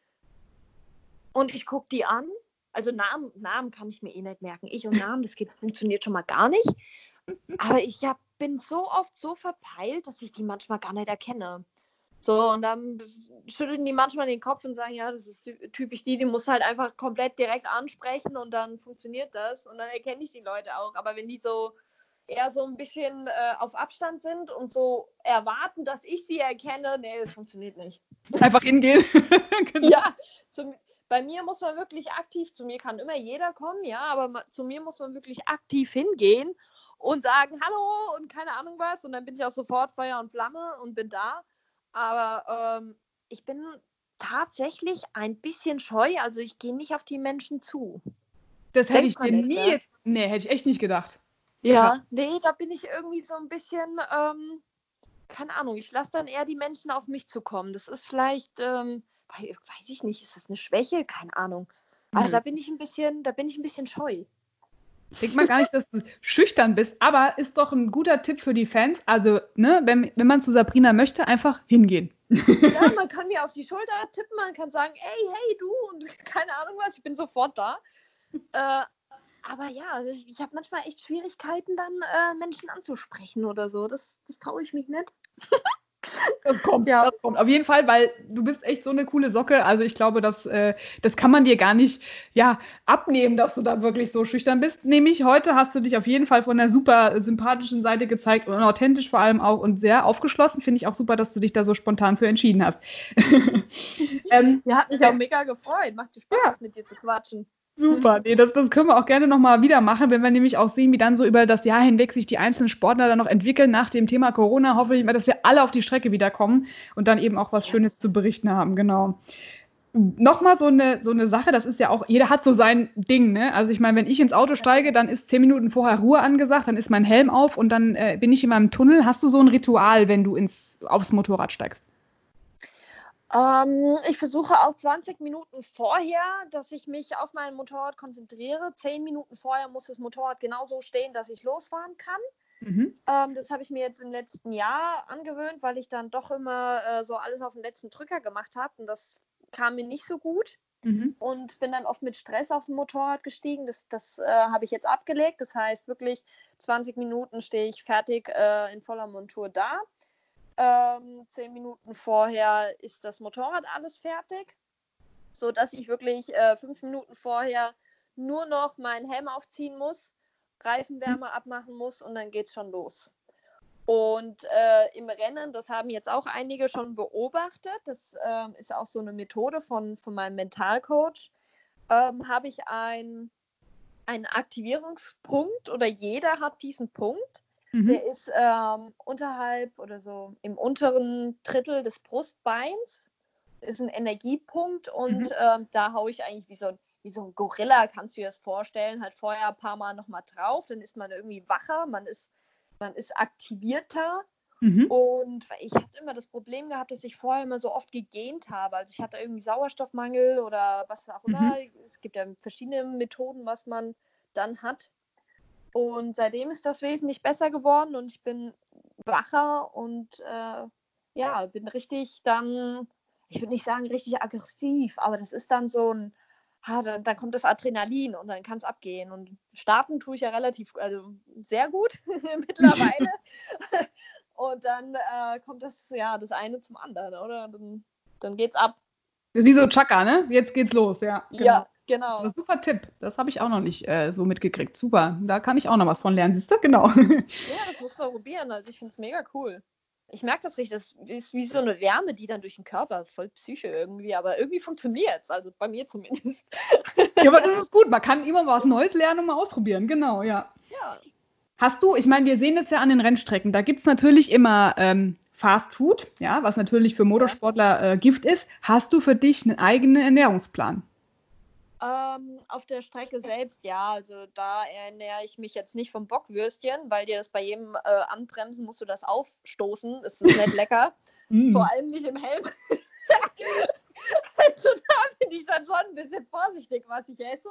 und ich gucke die an. Also Namen, Namen kann ich mir eh nicht merken. Ich und Namen, das geht, funktioniert schon mal gar nicht. Aber ich ja, bin so oft so verpeilt, dass ich die manchmal gar nicht erkenne. So, und dann schütteln die manchmal den Kopf und sagen, ja, das ist typisch die, die muss halt einfach komplett direkt ansprechen und dann funktioniert das und dann erkenne ich die Leute auch. Aber wenn die so eher so ein bisschen äh, auf Abstand sind und so erwarten, dass ich sie erkenne, nee, das funktioniert nicht. Einfach hingehen. Genau. Ja, zum, bei mir muss man wirklich aktiv, zu mir kann immer jeder kommen, ja, aber ma, zu mir muss man wirklich aktiv hingehen und sagen, hallo und keine Ahnung was und dann bin ich auch sofort Feuer und Flamme und bin da. Aber ähm, ich bin tatsächlich ein bisschen scheu, also ich gehe nicht auf die Menschen zu. Das hätte ich dir nie, ne? Nee, hätte ich echt nicht gedacht. Ja, nee, da bin ich irgendwie so ein bisschen, ähm, keine Ahnung, ich lasse dann eher die Menschen auf mich zukommen. Das ist vielleicht, ähm, weiß ich nicht, ist das eine Schwäche? Keine Ahnung. Also mhm. da bin ich ein bisschen, da bin ich ein bisschen scheu. Ich denke mal gar nicht, dass du schüchtern bist, aber ist doch ein guter Tipp für die Fans. Also, ne, wenn, wenn man zu Sabrina möchte, einfach hingehen. Ja, man kann mir auf die Schulter tippen, man kann sagen, ey, hey, du, und keine Ahnung was, ich bin sofort da. Äh, aber ja, also ich, ich habe manchmal echt Schwierigkeiten, dann äh, Menschen anzusprechen oder so. Das, das traue ich mich nicht. Das kommt, ja. Das kommt. Auf jeden Fall, weil du bist echt so eine coole Socke. Also ich glaube, das, äh, das kann man dir gar nicht ja, abnehmen, dass du da wirklich so schüchtern bist. Nämlich heute hast du dich auf jeden Fall von der super sympathischen Seite gezeigt und authentisch vor allem auch und sehr aufgeschlossen. Finde ich auch super, dass du dich da so spontan für entschieden hast. ähm, ja, hat mich auch mega gefreut. Macht dir Spaß, ja. mit dir zu quatschen. Super, nee, das, das können wir auch gerne nochmal wieder machen, wenn wir nämlich auch sehen, wie dann so über das Jahr hinweg sich die einzelnen Sportler dann noch entwickeln. Nach dem Thema Corona hoffe ich mal, dass wir alle auf die Strecke wiederkommen und dann eben auch was Schönes zu berichten haben, genau. Nochmal so eine, so eine Sache, das ist ja auch, jeder hat so sein Ding, ne? Also ich meine, wenn ich ins Auto steige, dann ist zehn Minuten vorher Ruhe angesagt, dann ist mein Helm auf und dann äh, bin ich in meinem Tunnel. Hast du so ein Ritual, wenn du ins, aufs Motorrad steigst? Ähm, ich versuche auch zwanzig Minuten vorher, dass ich mich auf mein Motorrad konzentriere. zehn Minuten vorher muss das Motorrad genauso stehen, dass ich losfahren kann. Mhm. Ähm, das habe ich mir jetzt im letzten Jahr angewöhnt, weil ich dann doch immer äh, so alles auf den letzten Drücker gemacht habe und das kam mir nicht so gut. Mhm. Und bin dann oft mit Stress auf dem Motorrad gestiegen. Das, das äh, habe ich jetzt abgelegt. Das heißt wirklich zwanzig Minuten stehe ich fertig äh, in voller Montur da. Ähm, zehn Minuten vorher ist das Motorrad alles fertig, sodass ich wirklich äh, fünf Minuten vorher nur noch meinen Helm aufziehen muss, Reifenwärme abmachen muss und dann geht's schon los. Und äh, im Rennen, das haben jetzt auch einige schon beobachtet, das äh, ist auch so eine Methode von, von meinem Mentalcoach, ähm, habe ich ein, einen Aktivierungspunkt oder jeder hat diesen Punkt. Der ist ähm, unterhalb oder so im unteren Drittel des Brustbeins. Ist ein Energiepunkt und mhm. ähm, da haue ich eigentlich wie so, ein, wie so ein Gorilla, kannst du dir das vorstellen, halt vorher ein paar Mal nochmal drauf, dann ist man irgendwie wacher, man ist, man ist aktivierter. Mhm. Und ich hatte immer das Problem gehabt, dass ich vorher immer so oft gegähnt habe. Also ich hatte irgendwie Sauerstoffmangel oder was auch immer. Mhm. Es gibt ja verschiedene Methoden, was man dann hat. Und seitdem ist das wesentlich besser geworden und ich bin wacher und äh, ja, bin richtig dann, ich würde nicht sagen richtig aggressiv, aber das ist dann so ein, ah, dann, dann kommt das Adrenalin und dann kann es abgehen. Und starten tue ich ja relativ, also sehr gut mittlerweile. Und dann äh, kommt das, ja, das eine zum anderen, oder? Dann, dann geht's ab. Wie so Chaka, ne? Jetzt geht's los, ja. Genau. Ja, genau. Das ist ein super Tipp. Das habe ich auch noch nicht äh, so mitgekriegt. Super. Da kann ich auch noch was von lernen, siehst du? Genau. Ja, das muss man probieren. Also ich finde es mega cool. Ich merke das richtig, das ist wie so eine Wärme, die dann durch den Körper, voll Psyche irgendwie, aber irgendwie funktioniert es, also bei mir zumindest. Ja, aber das ist gut, man kann immer was Neues lernen und mal ausprobieren, genau, ja. Ja. Hast du, ich meine, wir sehen das ja an den Rennstrecken, da gibt es natürlich immer ähm, Fast Food, ja, was natürlich für Motorsportler äh, Gift ist. Hast du für dich einen eigenen Ernährungsplan? Ähm, auf der Strecke selbst, ja, also da ernähre ich mich jetzt nicht vom Bockwürstchen, weil dir das bei jedem äh, Anbremsen musst du das aufstoßen, das ist nicht lecker, Mm. vor allem nicht im Helm. Also da bin ich dann schon ein bisschen vorsichtig, was ich esse.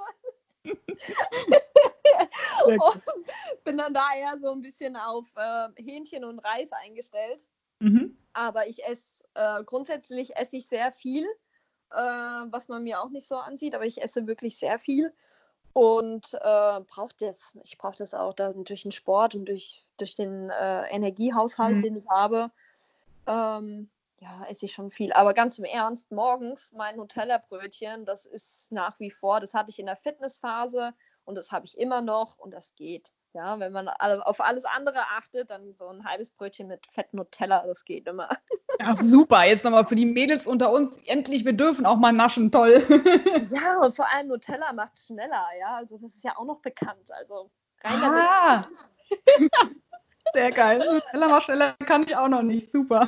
Und bin dann da eher so ein bisschen auf äh, Hähnchen und Reis eingestellt. Mhm. Aber ich esse, äh, grundsätzlich esse ich sehr viel, äh, was man mir auch nicht so ansieht, aber ich esse wirklich sehr viel und äh, brauche das. Ich brauche das auch dann durch den Sport und durch, durch den äh, Energiehaushalt, Mhm. den ich habe. Ähm, ja, esse ich schon viel. Aber ganz im Ernst, morgens mein Nutella-Brötchen, das ist nach wie vor, das hatte ich in der Fitnessphase und das habe ich immer noch und das geht. Ja, wenn man alle, auf alles andere achtet, dann so ein halbes Brötchen mit Fett Nutella, das geht immer. Ja, super. Jetzt nochmal für die Mädels unter uns. Endlich, wir dürfen auch mal naschen. Toll. Ja, und vor allem Nutella macht schneller, ja. Also das ist ja auch noch bekannt. Also rein Ah. damit. Sehr geil. Nutella mal schneller kann ich auch noch nicht. Super.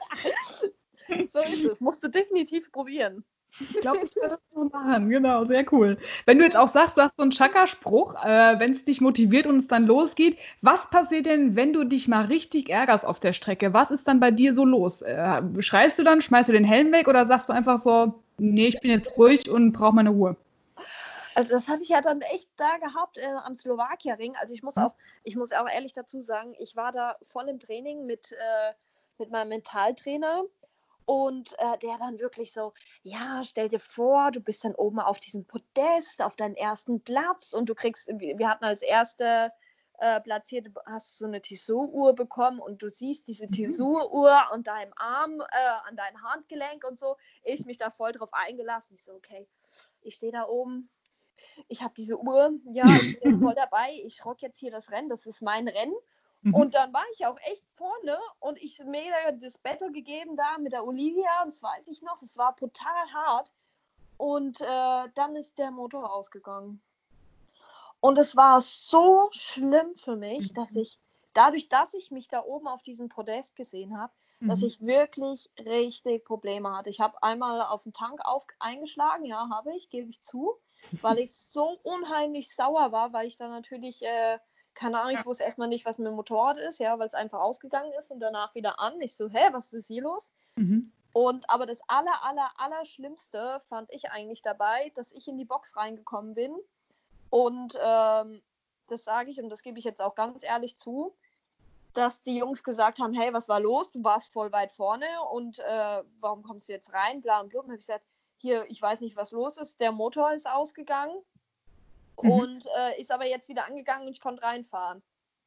So ist es. Musst du definitiv probieren. Ich glaube, ich werde das mal machen. Genau, sehr cool. Wenn du jetzt auch sagst, du hast so einen Chaka-Spruch, äh, wenn es dich motiviert und es dann losgeht, was passiert denn, wenn du dich mal richtig ärgerst auf der Strecke? Was ist dann bei dir so los? Äh, schreist du dann, schmeißt du den Helm weg oder sagst du einfach so, nee, ich bin jetzt ruhig und brauche meine Ruhe? Also das hatte ich ja dann echt da gehabt äh, am Slowakia-Ring. Also ich muss auch, ich muss auch ehrlich dazu sagen, ich war da voll im Training mit, äh, mit meinem Mentaltrainer. Und äh, der dann wirklich so, ja, stell dir vor, du bist dann oben auf diesem Podest, auf deinen ersten Platz und du kriegst, wir hatten als erste äh, Platzierte, hast du so eine Tissot-Uhr bekommen und du siehst diese Tissot-Uhr an deinem Arm, äh, an deinem Handgelenk und so. Ich mich da voll drauf eingelassen. Ich so, okay, ich stehe da oben, ich habe diese Uhr, ja, ich bin voll dabei, ich rock jetzt hier das Rennen, das ist mein Rennen. Und dann war ich auch echt vorne und ich habe mir das Battle gegeben da mit der Olivia, das weiß ich noch, das war brutal hart. Und äh, dann ist der Motor ausgegangen. Und es war so schlimm für mich, dass ich, dadurch, dass ich mich da oben auf diesem Podest gesehen habe, mhm. dass ich wirklich richtig Probleme hatte. Ich habe einmal auf den Tank auf, eingeschlagen, ja, habe ich, gebe ich zu, weil ich so unheimlich sauer war, weil ich dann natürlich... Äh, keine Ahnung, ich wusste erstmal nicht, was mit dem Motorrad ist, ja, weil es einfach ausgegangen ist und danach wieder an. Ich so, hä, was ist hier los? Mhm. Und aber das aller, aller, aller Schlimmste fand ich eigentlich dabei, dass ich in die Box reingekommen bin und ähm, das sage ich und das gebe ich jetzt auch ganz ehrlich zu, dass die Jungs gesagt haben, hey, was war los? Du warst voll weit vorne und äh, warum kommst du jetzt rein? Bla und blub. Und habe ich gesagt, hier, ich weiß nicht, was los ist, der Motor ist ausgegangen. Mhm. Und äh, ist aber jetzt wieder angegangen und ich konnte reinfahren.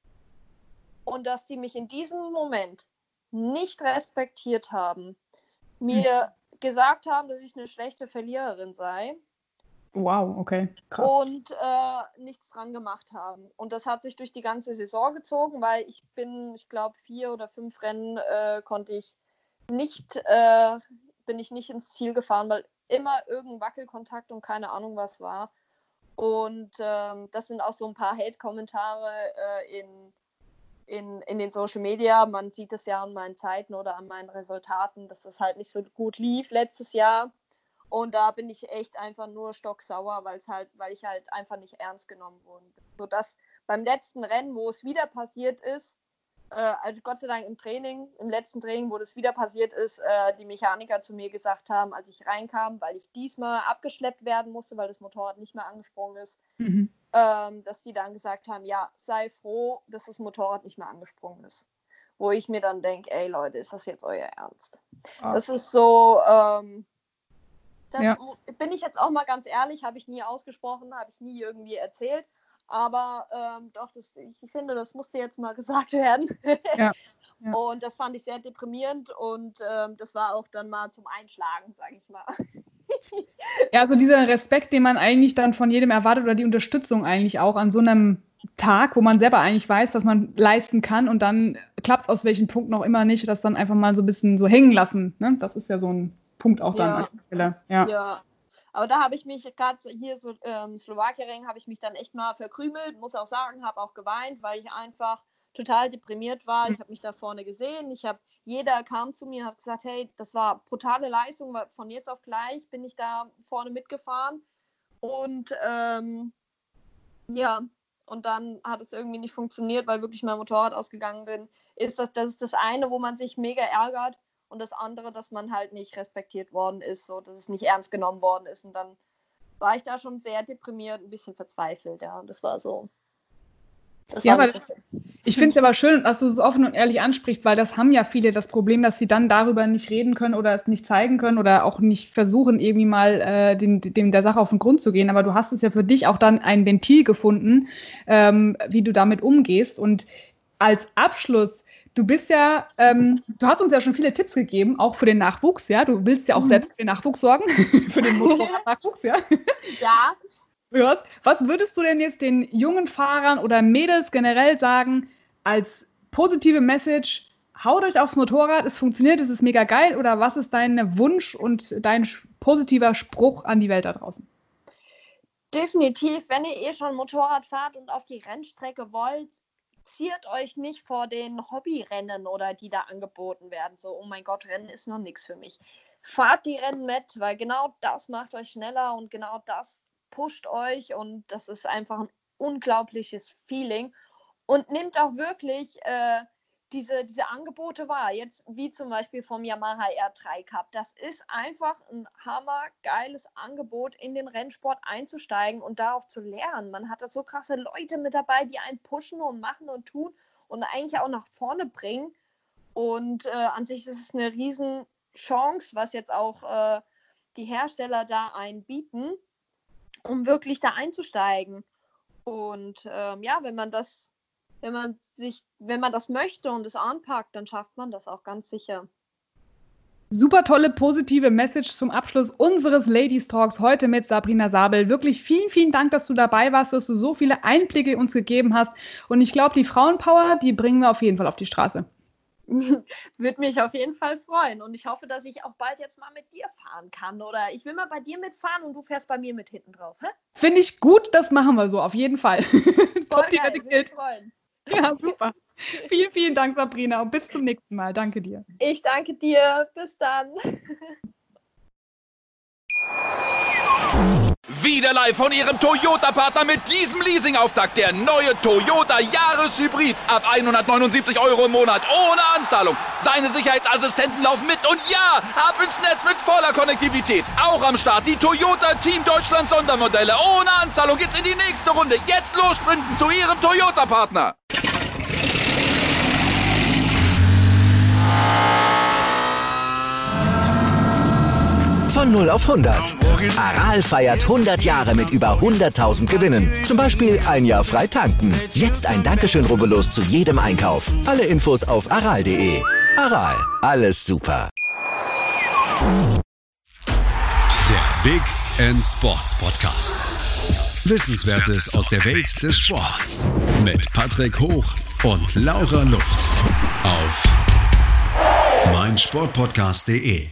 Und dass die mich in diesem Moment nicht respektiert haben, mir mhm. gesagt haben, dass ich eine schlechte Verliererin sei. Wow, okay, krass. Und äh, nichts dran gemacht haben. Und das hat sich durch die ganze Saison gezogen, weil ich bin, ich glaube, vier oder fünf Rennen äh, konnte ich nicht, äh, bin ich nicht ins Ziel gefahren, weil immer irgendein Wackelkontakt und keine Ahnung was war. Und ähm, das sind auch so ein paar Hate-Kommentare äh, in, in, in den Social Media. Man sieht es ja an meinen Zeiten oder an meinen Resultaten, dass das halt nicht so gut lief letztes Jahr. Und da bin ich echt einfach nur stocksauer, weil's halt, weil ich halt einfach nicht ernst genommen wurde. Sodass beim letzten Rennen, wo es wieder passiert ist, äh, also Gott sei Dank im Training, im letzten Training, wo das wieder passiert ist, äh, die Mechaniker zu mir gesagt haben, als ich reinkam, weil ich diesmal abgeschleppt werden musste, weil das Motorrad nicht mehr angesprungen ist, mhm. ähm, dass die dann gesagt haben, ja, sei froh, dass das Motorrad nicht mehr angesprungen ist. Wo ich mir dann denke, ey Leute, ist das jetzt euer Ernst? Ah. Das ist so, ähm, Das ja. bin ich jetzt auch mal ganz ehrlich, habe ich nie ausgesprochen, habe ich nie irgendwie erzählt. Aber ähm, doch, das, ich finde, das musste jetzt mal gesagt werden. Ja. Ja. Und das fand ich sehr deprimierend und ähm, das war auch dann mal zum Einschlagen, sage ich mal. Ja, also dieser Respekt, den man eigentlich dann von jedem erwartet oder die Unterstützung eigentlich auch an so einem Tag, wo man selber eigentlich weiß, was man leisten kann und dann klappt es aus welchen Punkten auch immer nicht, das dann einfach mal so ein bisschen so hängen lassen. Ne? Das ist ja so ein Punkt auch dann Ja. an der Stelle. Ja. Ja. Aber da habe ich mich gerade hier so ähm, Slowakien habe ich mich dann echt mal verkrümelt, muss auch sagen, habe auch geweint, weil ich einfach total deprimiert war. Ich habe mich da vorne gesehen. Ich habe, jeder kam zu mir und hat gesagt, hey, das war brutale Leistung, weil von jetzt auf gleich bin ich da vorne mitgefahren. Und ähm, ja, und dann hat es irgendwie nicht funktioniert, weil wirklich mein Motorrad ausgegangen bin. Ist das, das ist das eine, wo man sich mega ärgert. Und das andere, dass man halt nicht respektiert worden ist, so dass es nicht ernst genommen worden ist. Und dann war ich da schon sehr deprimiert, ein bisschen verzweifelt, ja. Und das war so. Das Ja, war aber nicht so schön. ich finde es aber schön, dass du es offen und ehrlich ansprichst, weil das haben ja viele das Problem, dass sie dann darüber nicht reden können oder es nicht zeigen können oder auch nicht versuchen, irgendwie mal äh, den, dem der Sache auf den Grund zu gehen. Aber du hast es ja für dich auch dann ein Ventil gefunden, ähm, wie du damit umgehst. Und als Abschluss, du bist ja, ähm, du hast uns ja schon viele Tipps gegeben, auch für den Nachwuchs, ja. Du willst ja auch Mhm. selbst für den Nachwuchs sorgen, für den Motorrad-Nachwuchs, ja. Ja, Ja, was würdest du denn jetzt den jungen Fahrern oder Mädels generell sagen, als positive Message, haut euch aufs Motorrad, es funktioniert, es ist mega geil, oder was ist dein Wunsch und dein sch- positiver Spruch an die Welt da draußen? definitiv, wenn ihr eh schon Motorrad fahrt und auf die Rennstrecke wollt, ziert euch nicht vor den Hobbyrennen oder die da angeboten werden. So, oh mein Gott, Rennen ist noch nichts für mich. Fahrt die Rennen mit, weil genau das macht euch schneller und genau das pusht euch und das ist einfach ein unglaubliches Feeling. Und nehmt auch wirklich äh, diese, diese Angebote wahr. Jetzt wie zum Beispiel vom Yamaha R drei Cup. Das ist einfach ein hammergeiles Angebot, in den Rennsport einzusteigen und darauf zu lernen. Man hat da so krasse Leute mit dabei, die einen pushen und machen und tun und eigentlich auch nach vorne bringen. Und äh, an sich ist es eine riesen Chance, was jetzt auch äh, die Hersteller da einen bieten, um wirklich da einzusteigen. Und ähm, ja, wenn man das Wenn man sich, wenn man das möchte und es anpackt, dann schafft man das auch ganz sicher. Super tolle, positive Message zum Abschluss unseres Ladies Talks heute mit Sabrina Sabel. Wirklich vielen, vielen Dank, dass du dabei warst, dass du so viele Einblicke uns gegeben hast. Und ich glaube, die Frauenpower, die bringen wir auf jeden Fall auf die Straße. Würde mich auf jeden Fall freuen. Und ich hoffe, dass ich auch bald jetzt mal mit dir fahren kann. Oder ich will mal bei dir mitfahren und du fährst bei mir mit hinten drauf. Hä? Finde ich gut, das machen wir so, auf jeden Fall. Top, die geil, Wette würde gilt. mich freuen. Ja, super. Vielen, vielen Dank, Sabrina, und bis zum nächsten Mal. Danke dir. Ich danke dir. Bis dann. Wieder live von Ihrem Toyota-Partner mit diesem Leasing-Auftakt. Der neue Toyota Jahreshybrid. Ab hundertneunundsiebzig Euro im Monat. Ohne Anzahlung. Seine Sicherheitsassistenten laufen mit. Und ja, ab ins Netz mit voller Konnektivität. Auch am Start die Toyota Team Deutschland Sondermodelle. Ohne Anzahlung geht's in die nächste Runde. Jetzt los sprinten zu Ihrem Toyota-Partner. Von null auf hundert. Aral feiert hundert Jahre mit über hunderttausend Gewinnen. Zum Beispiel ein Jahr frei tanken. Jetzt ein Dankeschön, rubbellos zu jedem Einkauf. Alle Infos auf aral punkt de. Aral, alles super. Der Big End Sports Podcast. Wissenswertes aus der Welt des Sports. Mit Patrick Hoch und Laura Luft. Auf meinsportpodcast punkt de.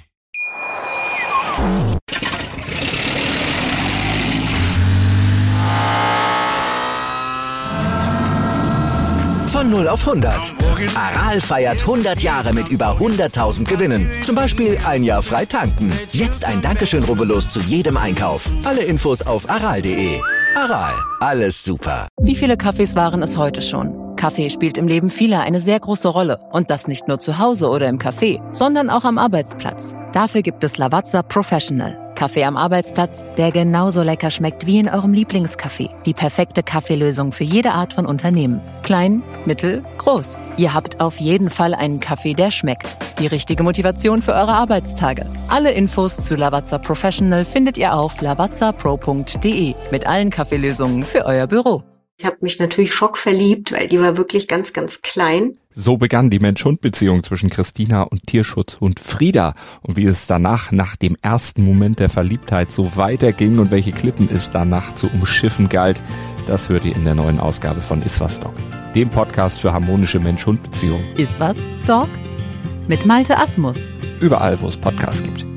Von null auf hundert. Aral feiert hundert Jahre mit über hunderttausend Gewinnen. Zum Beispiel ein Jahr frei tanken. Jetzt ein Dankeschön, rubbellos zu jedem Einkauf. Alle Infos auf aral punkt de. Aral, alles super. Wie viele Kaffees waren es heute schon? Kaffee spielt im Leben vieler eine sehr große Rolle. Und das nicht nur zu Hause oder im Café, sondern auch am Arbeitsplatz. Dafür gibt es Lavazza Professional. Kaffee am Arbeitsplatz, der genauso lecker schmeckt wie in eurem Lieblingscafé. Die perfekte Kaffeelösung für jede Art von Unternehmen. Klein, mittel, groß. Ihr habt auf jeden Fall einen Kaffee, der schmeckt. Die richtige Motivation für eure Arbeitstage. Alle Infos zu Lavazza Professional findet ihr auf lavazza pro punkt de mit allen Kaffeelösungen für euer Büro. Ich habe mich natürlich schockverliebt, weil die war wirklich ganz, ganz klein. So begann die Mensch-Hund-Beziehung zwischen Christina und Tierschutzhund Frieda. Und wie es danach, nach dem ersten Moment der Verliebtheit, so weiterging und welche Klippen es danach zu umschiffen galt, das hört ihr in der neuen Ausgabe von Iswas Dog, dem Podcast für harmonische Mensch-Hund-Beziehungen. Iswas Dog? Mit Malte Asmus. Überall, wo es Podcasts gibt.